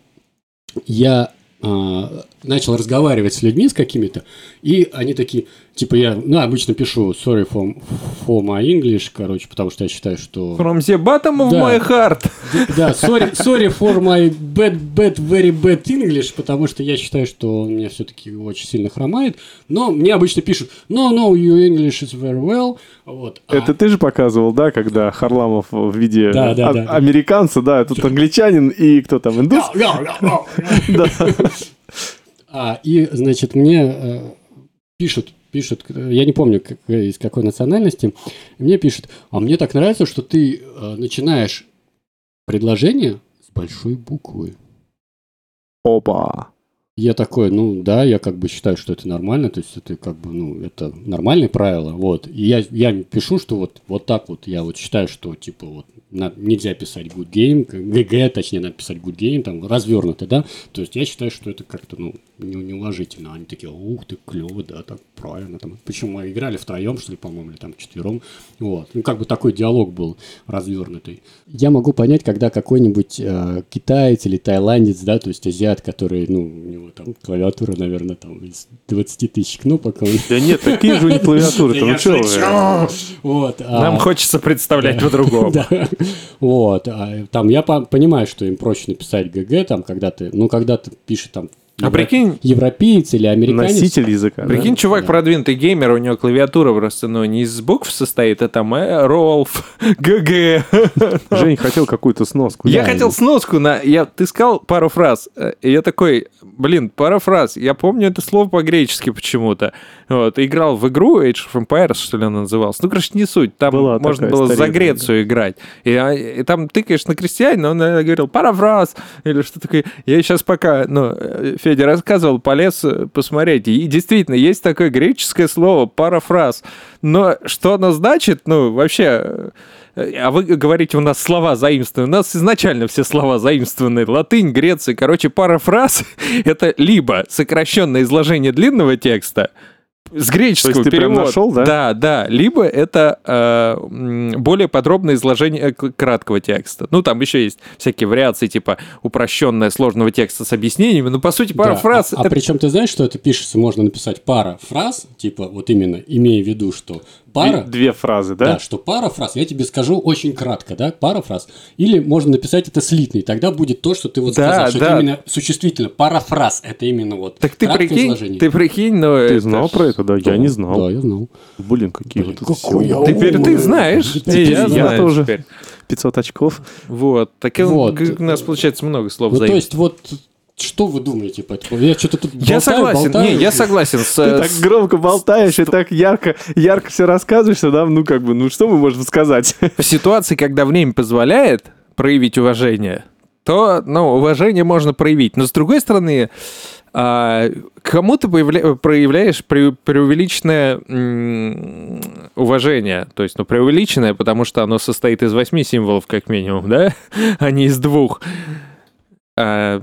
я начал разговаривать с людьми, с какими-то, и они такие, типа, я, ну, обычно пишу sorry for, for my English, короче, потому что я считаю, что... From the bottom of да, my heart. Да, sorry, sorry for my bad, bad, very bad English, потому что я считаю, что он меня все-таки очень сильно хромает, но мне обычно пишут, no, no, your English is very well, вот. Это а... ты же показывал, да, когда Харламов в виде да, да, а- да, американца, да, тут англичанин и кто там, индус? Да. А, и, значит, мне э, пишут, пишут, я не помню, как, из какой национальности, мне пишут, а мне так нравится, что ты э, начинаешь предложение с большой буквы. Опа! Я такой, ну да, я как бы считаю, что это нормально, то есть это как бы, ну, это нормальные правила, вот. И я, я пишу, что вот, вот так вот, я вот считаю, что, типа, вот, на, нельзя писать good game, ГГ, точнее, надо писать good game, там, развернуто, да, то есть я считаю, что это как-то, ну, не, неуважительно. Они такие, ух ты, клево, да, так правильно, там, почему мы играли втроем, что ли, по-моему, или там вчетвером, вот. Ну, как бы такой диалог был развернутый. Я могу понять, когда какой-нибудь э, китаец или тайландец, да, то есть азиат, который, ну, у него там клавиатура, наверное, там из двадцати тысяч кнопок. Он... Да нет, такие же у них клавиатуры, ну что вы? Нам хочется представлять по-другому. Вот, там я понимаю, что им проще написать ГГ, там, когда ты, ну, когда ты пишешь там А прикинь, европеец или американец. Носитель языка. Прикинь, да? чувак да. продвинутый геймер, у него клавиатура просто, ну, не из букв состоит, а там э, Ролф, ГГ. Жень хотел какую-то сноску. Я Да, хотел да. сноску на... Я... Ты сказал пару фраз, и я такой, блин, пара фраз. Я помню это слово по-гречески почему-то. Вот, играл в игру Age of Empires, что ли она называлась. Ну, короче, не суть. Там Была можно такая было за старинная, Грецию да. играть. И, и там тыкаешь на крестьянина, он наверное, говорил пара фраз или что такое. Я сейчас пока, ну, Федя рассказывал, полез посмотреть. И действительно, есть такое греческое слово парафраз. Но что оно значит, ну, вообще... А вы говорите, у нас слова заимствованы. У нас изначально все слова заимствованы. Латынь, Греция. Короче, пара фраз — это либо сокращенное изложение длинного текста, с греческого То есть ты прям перевод. нашел, да? Да, да. Либо это э, м, более подробное изложение к- краткого текста. Ну, там еще есть всякие вариации, типа упрощенное сложного текста с объяснениями. Но, по сути, пара Да, фраз... А, а это- причем ты знаешь, что это пишется, можно написать пара фраз, типа вот именно, имея в виду, что пара... Две, две фразы, да? Да, что пара фраз, я тебе скажу очень кратко, да, пара фраз. Или можно написать это слитный, тогда будет то, что ты вот Да, сказал, что да. это именно существительно. Пара фраз, это именно вот Так ты краткое прикинь, изложение. ты прикинь, но... Ты это знал ж- про это, да? Я не знал. Да, я знал. Блин, какие Блин, вот это какой всё. я Теперь ты знаешь. Теперь И ты я знаешь. Я знаю тоже. теперь. пятьсот очков. Вот. Так и Вот. г- у нас получается много слов Ну, то заимствованных. есть, вот, что вы думаете по этому? Я что-то тут Я болтаю, согласен, болтаю. не, я согласен с... Ты так с- громко болтаешь и так ярко, ярко все рассказываешь, что нам, ну, как бы, ну, что мы можем сказать? В ситуации, когда время позволяет проявить уважение, то, ну, уважение можно проявить. Но, с другой стороны, а, кому ты появля- проявляешь пре- преувеличенное м, уважение. То есть, ну, преувеличенное, потому что оно состоит из восьми символов, как минимум, да? А не из двух. А,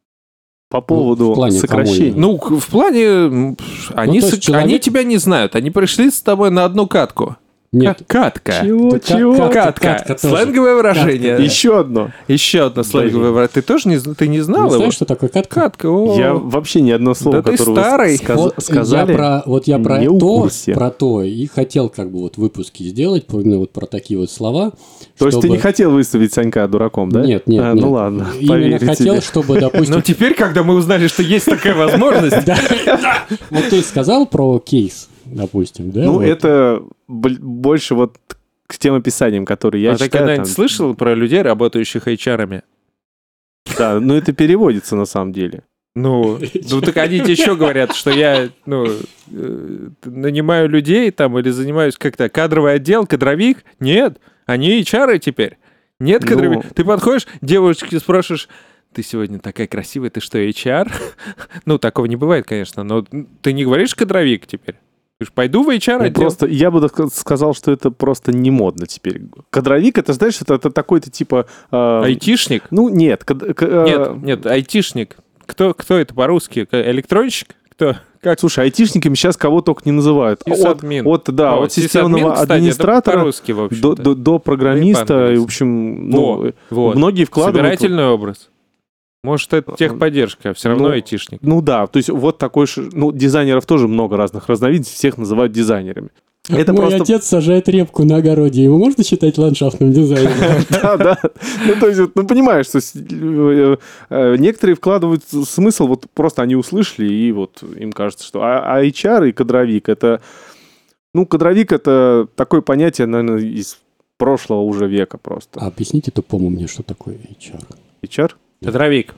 По поводу в плане сокращений. кому ну, к- в плане... м, пш, Они, то есть сок- человек- они тебя не знают. Они пришли с тобой на одну катку. Нет. Ка- Катка. Чего, Да чего? как- Катка. Катка тоже. Сленговое выражение. Катка, да. Еще одно. Еще одно сленговое выражение. Ты тоже не, зн- ты не знал Не его? знаешь, что такое катка? Катка. О. Я вообще ни одно слово, Да ты которое вы старый. сказ- Вот сказали. я про, вот я про не в то, курсе. про то и хотел как бы вот выпуски сделать, про- именно вот про такие вот слова. То есть ты чтобы- не хотел выставить Санька дураком, да? Нет, нет, А, нет. Ну ладно, Именно поверю хотел, тебе. чтобы, допустим... Но теперь, когда мы узнали, что есть такая возможность, Да. Вот ты сказал про кейс, допустим, да? Ну, вот. это бл- больше вот к тем описаниям, которые я а ты читаю. когда-нибудь там- слышал про людей, работающих эйч ар-ами? Да, ну это переводится на самом деле. Ну, ну так они тебе еще говорят, что я ну, э, нанимаю людей там или занимаюсь как-то кадровый отдел, кадровик. Нет, они эйч ар теперь. Нет Ну. кадровик. Ты подходишь, девушке спрашиваешь, ты сегодня такая красивая, ты что, эйч ар? Ну, такого не бывает, конечно, но ты не говоришь кадровик теперь. Ты ж пойду в эйч ар Ну, отдел. просто я бы так сказал, что это просто не модно теперь. Кадровик, это, знаешь, это, это такой-то типа... э, Айтишник? Ну, нет. кад- к- э, Нет, нет, айтишник. Кто, кто это по-русски? К- Электронщик? Кто? Как? Слушай, айтишниками сейчас кого только не называют. От, Сисадмин. от, да, О, от сисадмин, системного кстати, это администратора по-русски, в до, общем-то. до, до программиста. по-английски. И, в общем, ну, Во, вот. многие вкладывают... Собирательный образ. Может, это техподдержка, а все равно Ну, айтишник. Ну да, то есть вот такой... ш- Ну, дизайнеров тоже много разных разновидностей, всех называют дизайнерами. Это Мой просто... отец сажает репку на огороде. Его можно считать ландшафтным дизайнером? Да, да. Ну, то есть, вот, ну, понимаешь, что с- э, э, некоторые вкладывают смысл, вот просто они услышали, и вот им кажется, что... А, а эйч ар и кадровик, это... Ну, кадровик — это такое понятие, наверное, из прошлого уже века просто. А объясните тупому мне, что такое эйч ар. эйч ар? Кадровик.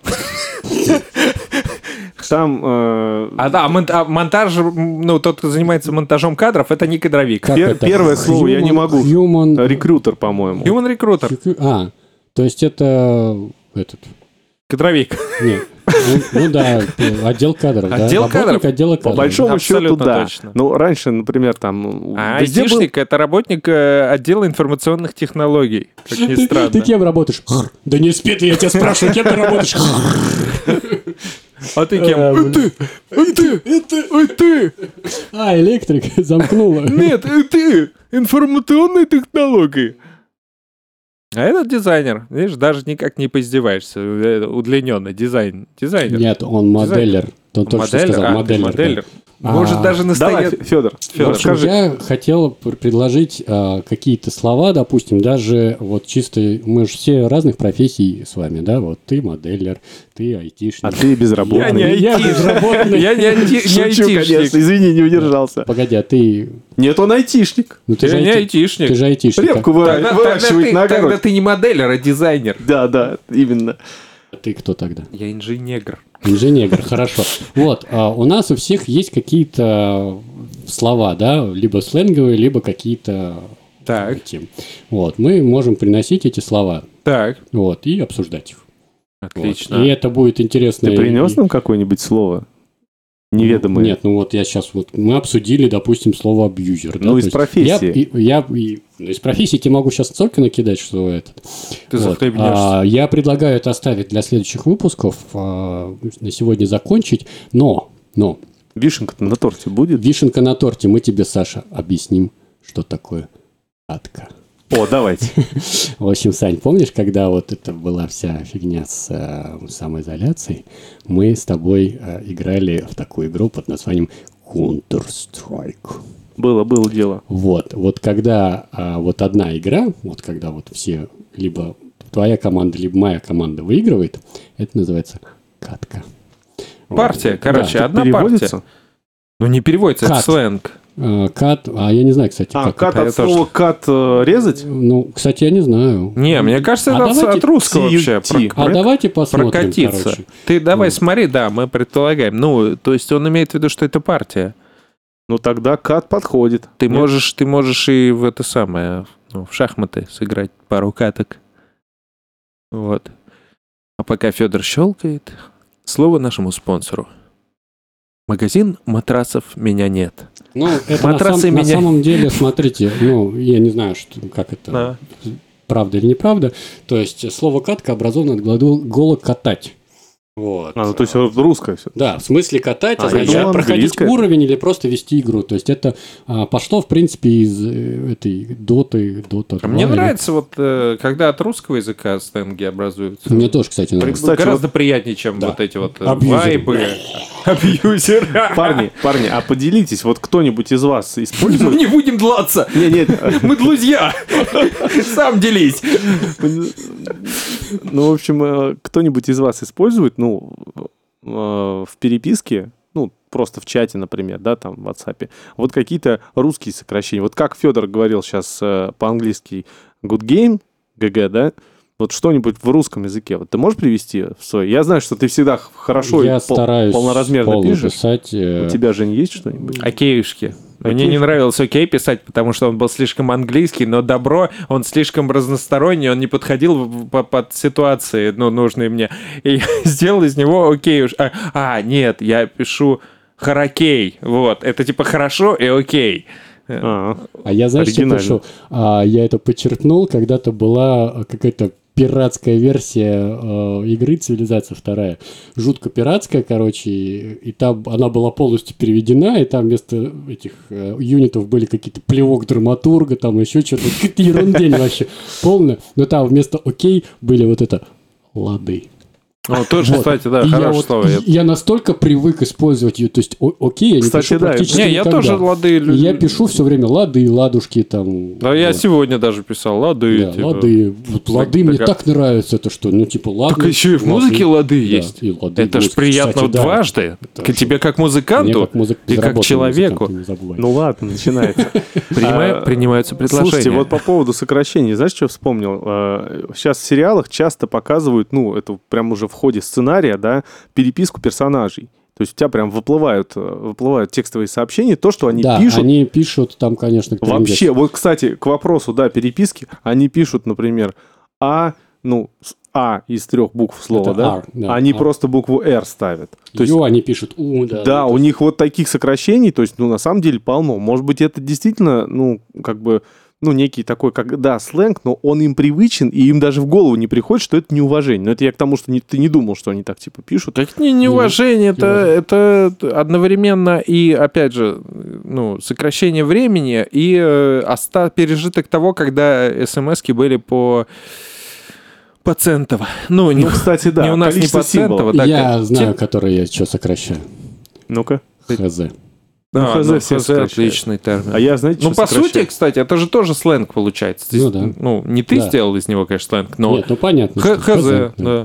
Там... э, А да, мон- а монтаж, ну, тот, кто занимается монтажом кадров, это не кадровик. Как Пер- это? первое слово я не Human- могу. Human... рекрутер, по-моему. Human recruiter. А, то есть это этот... Кадровик. Нет. Ну, ну да, отдел кадров. да. Отдел Работник кадров? отдела По кадров. большому Абсолютно счету, да. точно. Ну, раньше, например, там... А везде был- айтишник — это работник э, отдела информационных технологий. Как ни Ты, странно. ты кем работаешь? Да не спи ты, я тебя спрашиваю, кем ты работаешь? А ты А, кем? блин. Ой, ты! Ой, ты! А, электрик замкнула. Нет, э, ты! Информационные технологии. А этот дизайнер, видишь, даже никак не поиздеваешься. Э, Удлиненный дизайн. Дизайнер. Нет, он моделлер. Он только что Моделлер? сказал, А, ты моделлер. да. моделлер. А, Может, даже Давай, настоять... Федор, В общем, расскажи. я хотел пр- предложить а, какие-то слова, допустим, даже вот чисто, мы же все разных профессий с вами, да, вот ты моделлер, ты айтишник. А ты безработный. Я не Я айтишник. безработный. Я не айти- не Шучу, айтишник. конечно, извини, не удержался. Погоди, а ты... Нет, он айтишник. Ну, ты Я же не айти- айтишник. Ты же айтишник. а? Репку выра- Тогда, тогда выращивает ты, на тогда огороде. ты не моделер, а дизайнер. Да, да, именно. А ты кто тогда? Я инженер. Инженер, хорошо. Вот, а у нас у всех есть какие-то слова, да, либо сленговые, либо какие-то... Так. эти. Вот, мы можем приносить эти слова, Так, вот, и обсуждать их. Вот. отлично. И это будет интересно. Ты принес и- нам какое-нибудь слово? Неведомые. Нет, ну вот я сейчас вот мы обсудили, допустим, слово абьюзер. Да? Ну, То из есть профессии. Я, я, и- ну, из профессии тебе могу сейчас столько накидать, что это. Ты Вот. захлебнешься. А, я предлагаю это оставить для следующих выпусков, а, на сегодня закончить, но, но Вишенка-то на торте будет? вишенка на торте, мы тебе, Саша, объясним, что такое катка. О, давайте. В общем, Сань, помнишь, когда вот это была вся фигня с э, самоизоляцией, мы с тобой э, играли в такую игру под названием Counter-Strike. Было, было дело. Вот, вот когда а, вот одна игра, вот когда вот все, либо твоя команда, либо моя команда выигрывает, это называется катка. Партия, Вот. короче, Да. одна Переводится? партия. Ну, не переводится, это Кат. сленг. А, кат, а я не знаю, кстати, А, как кат это. от слова кат э, резать? Ну, кстати, я не знаю. Не, мне кажется, А это от- давайте от русского си ю ти. вообще. Про- А давайте посмотрим, Прокатиться. короче. Ты давай Ну. смотри, да, мы предполагаем. Ну, то есть он имеет в виду, что это партия. Ну, тогда кат подходит. Ты Нет? можешь, ты можешь и в это самое, ну, в шахматы сыграть пару каток. Вот. А пока Федор щелкает, слово нашему спонсору. Магазин матрасов «Меня нет». Ну, это на, Матрасы сам- на меня- самом деле, смотрите, ну, я не знаю, что, как это, Да. правда или неправда. То есть слово «катка» образовано от глагола «катать». Вот. А, ну, то есть вот русское все. Да, в смысле катать А, я означает думал, проходить английское. уровень или просто вести игру. То есть это а, пошло, в принципе, из э, этой доты, дота. А мне два, или- нравится, вот, э, когда от русского языка сленги образуются. Мне тоже, кстати, При- нравится. Кстати, гораздо приятнее, чем Да. вот эти вот э, Абьюзеры. вайбы. Абьюзер. Парни, парни, а поделитесь, вот кто-нибудь из вас Ну, использует... не будем длаться. Не, нет, Мы друзья. Сам делись. ну, в общем, э, кто-нибудь из вас использует, ну, э, в переписке, ну, просто в чате, например, да, там, в WhatsApp, вот какие-то русские сокращения. Вот как Федор говорил сейчас э, по-английски good game, джи джи, да, вот что-нибудь в русском языке. Вот ты можешь привести в свой? Я знаю, что ты всегда х- хорошо Я и пол- стараюсь полноразмерно полно пишешь. писать. э, У тебя, Жень, есть что-нибудь? Окейшки. Мне Окейшки. не нравилось окей писать, потому что он был слишком английский, но добро, он слишком разносторонний, он не подходил в- по- под ситуации, ну, нужные мне. И я сделал из него окей уж. А, а, нет, я пишу харакей. Вот, это типа хорошо и окей. А, А я, знаешь, что Оригинально. пишу? А, я это подчеркнул, когда-то была какая-то пиратская версия э, игры «Цивилизация вторая». Жутко пиратская, короче, и, и там она была полностью переведена, и там вместо этих э, юнитов были какие-то плевок драматурга, там еще что-то, какая-то ерундень вообще полная. Но там вместо «окей» были вот это «лады». Ну, тоже, Вот. кстати, да, И я, хорошее вот- слово. и я настолько привык использовать ее, то есть о- окей, я не Кстати, пишу да, практически Не, я никогда. тоже лады И люблю. я пишу все время лады, ладушки там. Да, я вот. сегодня даже писал лады. Да, типа. лады. Вот лады мне так- так нравится, это что, ну типа ладно. Так еще и в ладно. музыке лады Да, есть. и лады Это в ж музыке. приятно Кстати, да. дважды. Это К тебе как Мне музыканту как музык- и как безработному человеку. музыканту не забывай. ну ладно, начинается. Принимаю- А, принимаются предложения. Слушайте, вот по поводу сокращений, знаешь, что вспомнил? Сейчас в сериалах часто показывают, ну, это прям уже в ходе сценария, да, переписку персонажей. То есть у тебя прям выплывают, э, выплывают текстовые сообщения, то, что они да, пишут. они пишут там, конечно, трындец. Вообще, вот, кстати, к вопросу, да, переписки, они пишут, например, А, ну, с- А из трех букв слова, Это да? R, да, Они R. просто букву Р ставят. То есть, Ё, они пишут У, да. да, ну, у то них вот таких сокращений, то есть, ну, на самом деле полно. Может быть, это действительно, ну, как бы, ну, некий такой, как, да, сленг, но он им привычен, и им даже в голову не приходит, что это неуважение. Но это я к тому, что не, ты не думал, что они так, типа, пишут. Так не, неуважение, это, это одновременно и, опять же, ну, сокращение времени и э, оста- пережиток того, когда смс-ки были по Пацентова. Ну, не, Ну, кстати, да, не у нас не количество Пацентова. символов. да, Я как- знаю, те- который я что сокращаю. Ну-ка. Хз. Ну, А, хз ну, все хз сокращают. отличный термин. А я, знаете, Ну, что по сути, сокращаю? кстати, это же тоже сленг получается. То Ну есть, да. ну, не ты Да. сделал из него, конечно, сленг, но Нет, ну понятно. Х- что хз, да.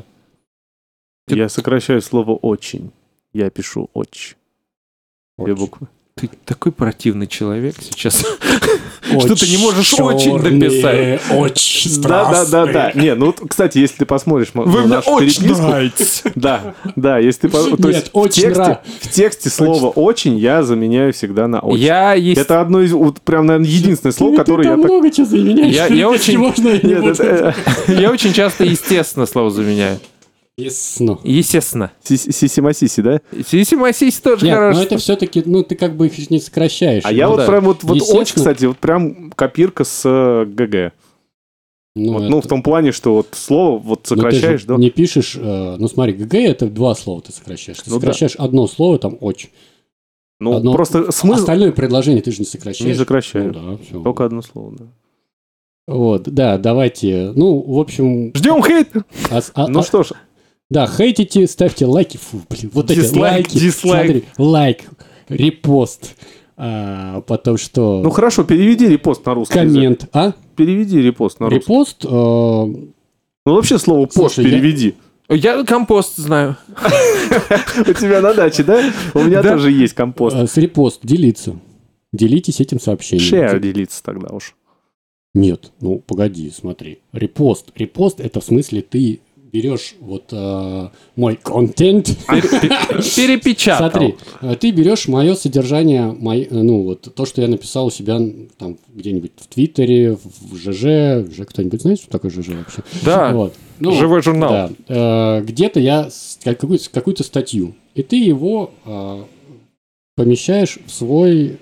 Я сокращаю слово «очень». Я пишу «очень». Две Очень. буквы. Ты такой противный человек сейчас. Что ты не можешь очень чёрные, дописать. Очень Да, да, да, да. страстные. Не, ну, вот, кстати, если ты посмотришь мо- Вы на мне нашу очень переписку, нравитесь. да, да, если ты, по- то Нет, есть в очень тексте, нрав- в тексте слово «очень» я заменяю всегда на «очень». Я есть... Это одно из, вот прям, наверное, единственное слово, Ты которое я там так... много чего заменяешь. Я- я Если очень- можно, я не Нет, буду. это, э, Я очень часто естественно слово заменяю. Ясно. Естественно. Сиси-масиси, да? Сиси-масиси тоже Нет, хорошо. но это все-таки, ну, ты как бы их не сокращаешь. А я Ну вот да. прям вот, вот Естественно. очень, кстати, вот прям копирка с э, ГГ. Ну, Вот, это- ну, в том плане, что вот слово вот ну, ты же сокращаешь, да? не пишешь... э, ну, смотри, ГГ — это два слова ты сокращаешь. Ты Ну да. сокращаешь одно слово, там, очень. Ну, одно- просто смысл Остальное предложение ты же не сокращаешь. не сокращаю. Ну, да, все. Только одно слово, да. Вот, да, давайте. Ну, в общем... Ждем хейт. а- а- Ну а- что ж, Да, хейтите, ставьте лайки. Фу, блин, вот эти Дизлайк, лайки. дизлайк. Смотри, лайк, репост. А, потом что? ну хорошо, переведи репост на русский язык. Коммент. А? Переведи репост на русский. Репост. э, Ну вообще слово пост Слушай, я- переведи. Я компост знаю. У тебя на даче, да? У меня Да. тоже есть компост. э, с репост делиться. Делитесь этим сообщением. Share делиться тогда уж. Нет, ну погоди, смотри. Репост. Репост — это в смысле ты берешь вот э, мой контент. Перепечатал. Смотри, э, ты берешь мое содержание, мой, э, ну вот то, что я написал у себя там где-нибудь в Твиттере, в ЖЖ. ЖЖ, кто-нибудь знает, что такое ЖЖ вообще? Да. Вот. Ну, Живой журнал. Да. Э, где-то я с- как- какую-то, какую-то статью, и ты его э, помещаешь в свой...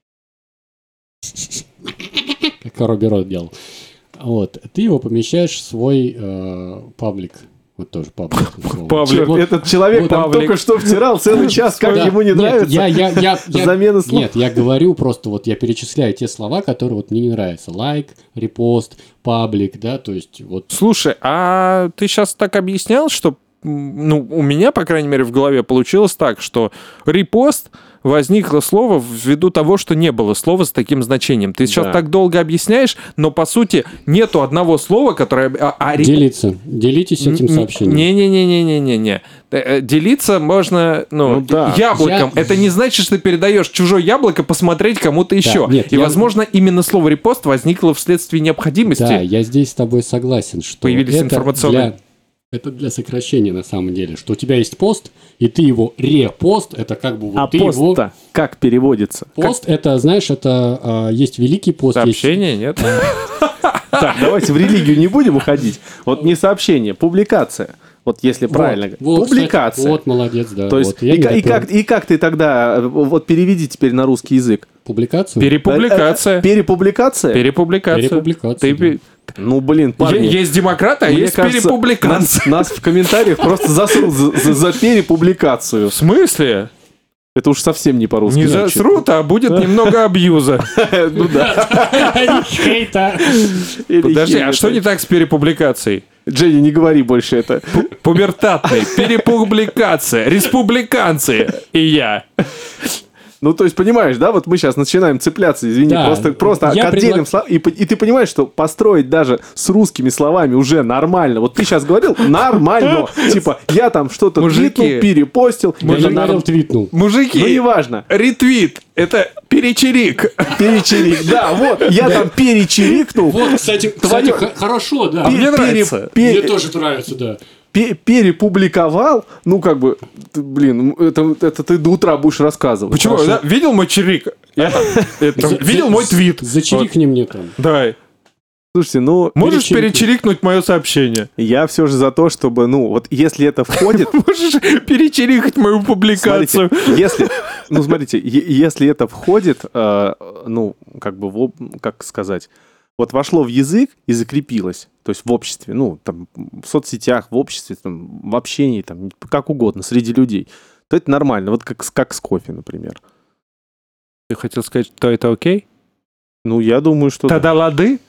Как Робби Рот делал. Вот. Ты его помещаешь в свой э, паблик. Вот тоже паблик. Паблик. Черт, Вот. этот человек вот там Павлик. только что втирал целый час, как Да. ему не Нет, нравится. Я, я, я, я- Замена слов. Нет, я говорю просто, вот я перечисляю те слова, которые вот мне не нравятся. Лайк, репост, паблик, да, то есть вот... Слушай, а ты сейчас так объяснял, что, м, ну, у меня, по крайней мере, в голове получилось так, что репост возникло слово ввиду того, что не было слова с таким значением. Ты сейчас Да. так долго объясняешь, но, по сути, нету одного слова, которое... А, а ре- Делиться. Делитесь этим Н- сообщением. Не-не-не-не-не-не. Э, э, Делиться можно, ну, Ну да. яблоком. Я- Это не значит, что ты передаешь чужое яблоко посмотреть кому-то еще. нет, И, я- возможно, именно слово репост возникло вследствие необходимости. Да, я здесь с тобой согласен, что Появились это информационные- для... Это для сокращения на самом деле, что у тебя есть пост, и ты его репост, это как бы вот А ты его... пост-то как переводится? Пост, это, знаешь, это а, есть великий пост, есть... Сообщение, нет? Так, давайте в религию не будем уходить. Вот не сообщение, публикация. Вот если Вот, правильно говорить. вот, кстати, Публикация. вот, молодец, да. То есть, вот, я и, не ка- и допер. как, и как ты тогда, э, вот переведи теперь на русский язык. Публикацию? Перепубликация. Э, э, Перепубликация? Перепубликация. Перепубликация, Ты да. пе- Ну, блин, парни. Е- Есть демократы, а мне есть кажется, перепубликация. Нас, нас в комментариях просто засрут за, за- за перепубликацию. В смысле? Это уж совсем не по-русски. Не звучит. засрут, а будет немного абьюза. Ну да. Хейта. Или Подожди, а химия. что не так с перепубликацией? Дженни, не говори больше это. Пубертатный, перепубликация, республиканцы и я. Ну, то есть, понимаешь, да, вот мы сейчас начинаем цепляться, извини, Да, просто, просто я к отдельным предлаг- словам. И, по- и ты понимаешь, что построить даже с русскими словами уже нормально. Вот ты сейчас говорил нормально. Типа, я там что-то Мужики. твитнул, перепостил. Я это не норм- говорил, твитнул. Мужики, Ну, неважно. ретвит, это перечерик. Перечерик. Да, вот, я там перечерикнул. Вот, кстати, Твоё- кстати, х- хорошо, да. А мне Пере- нравится. пере- Мне тоже нравится, да. пе- Перепубликовал. Ну, как бы, ты, блин, это, это ты до утра будешь рассказывать. Почему? Хорошо. Да? Видел мой чирик? Это- это- За- Видел за- мой твит? Зачирикни мне там. Давай. Слушайте, ну, Можешь Перечерикнуть. перечерикнуть мое сообщение? я все же за то, чтобы, ну, вот если это входит... Можешь перечерикать мою публикацию? Смотрите, если, ну, смотрите, е- если это входит, э, ну, как бы, в, об- как сказать, вот вошло в язык и закрепилось, то есть в обществе, ну, там, в соцсетях, в обществе, там, в общении, там, как угодно, среди людей, то это нормально, вот как, с- как с кофе, например. Ты хотел сказать, что это окей? Ну, я думаю, что Тогда лады?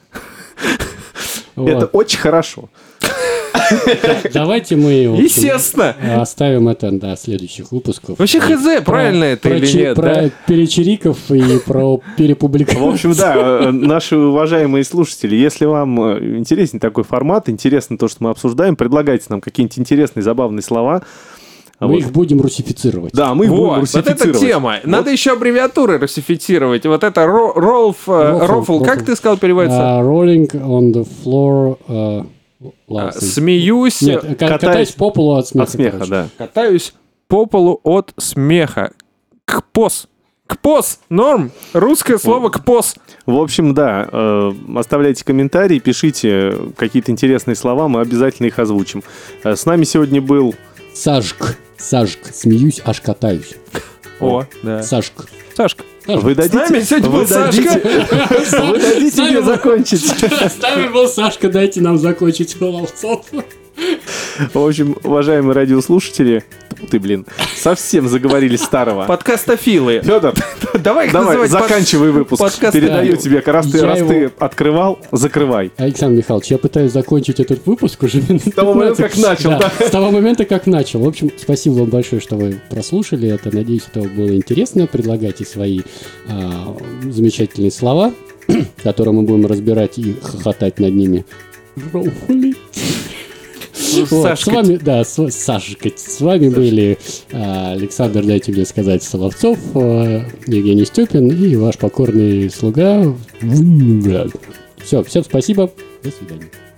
это Вот. очень хорошо. Давайте мы, в общем, Естественно. оставим это до следующих выпусков. Вообще И хз, про- правильно это про или чи- нет, Про да? перечериков и про перепубликацию. В общем, да, э, наши уважаемые слушатели, если вам э, интересен такой формат, интересно то, что мы обсуждаем, предлагайте нам какие-нибудь интересные, забавные слова. Мы Вот. их будем русифицировать. Да, мы их будем Вот, вот эта русифицировать. тема. Надо еще аббревиатуры русифицировать. Вот это ро- Ролф, э, Рофл, Рофл, как рофл. ты сказал, переводится? А, Rolling on the floor. а, А, laughing. Смеюсь, Нет, ка- катаюсь катаюсь по полу от смеха. От смеха, короче. да. катаюсь по полу от смеха. К пос. КПОС, норм. Русское слово КПОС. В общем, да, э, оставляйте комментарии, пишите какие-то интересные слова, мы обязательно их озвучим. Э, с нами сегодня был... Сашк. Сашк. Смеюсь, аж катаюсь. О, да. Сашк. Сашка. Вы дадите, С нами сегодня вы был дадите, Сашка. вы дадите мне закончить. С нами был Сашка, дайте нам закончить Воловцов. В общем, уважаемые радиослушатели, ты, блин, совсем заговорили старого. Подкастофилы. Федор, Давай их давай, называть под- заканчивай выпуск. подкаст- Передаю Да. тебе, раз ты, Я раз его- ты открывал, закрывай. Александр Михайлович, я пытаюсь закончить этот выпуск уже минут С того момента, как пятнадцать. начал, да. С того момента, как начал. В общем, спасибо вам большое, что вы прослушали это. Надеюсь, это было интересно. Предлагайте свои а, замечательные слова, которые мы будем разбирать и хохотать над ними. Вот, с Сашка. вами, да, с, Сашка, с вами были а, Александр, дайте мне сказать, Соловцов, а, Евгений Степин и ваш покорный слуга. Все, всем спасибо, до свидания.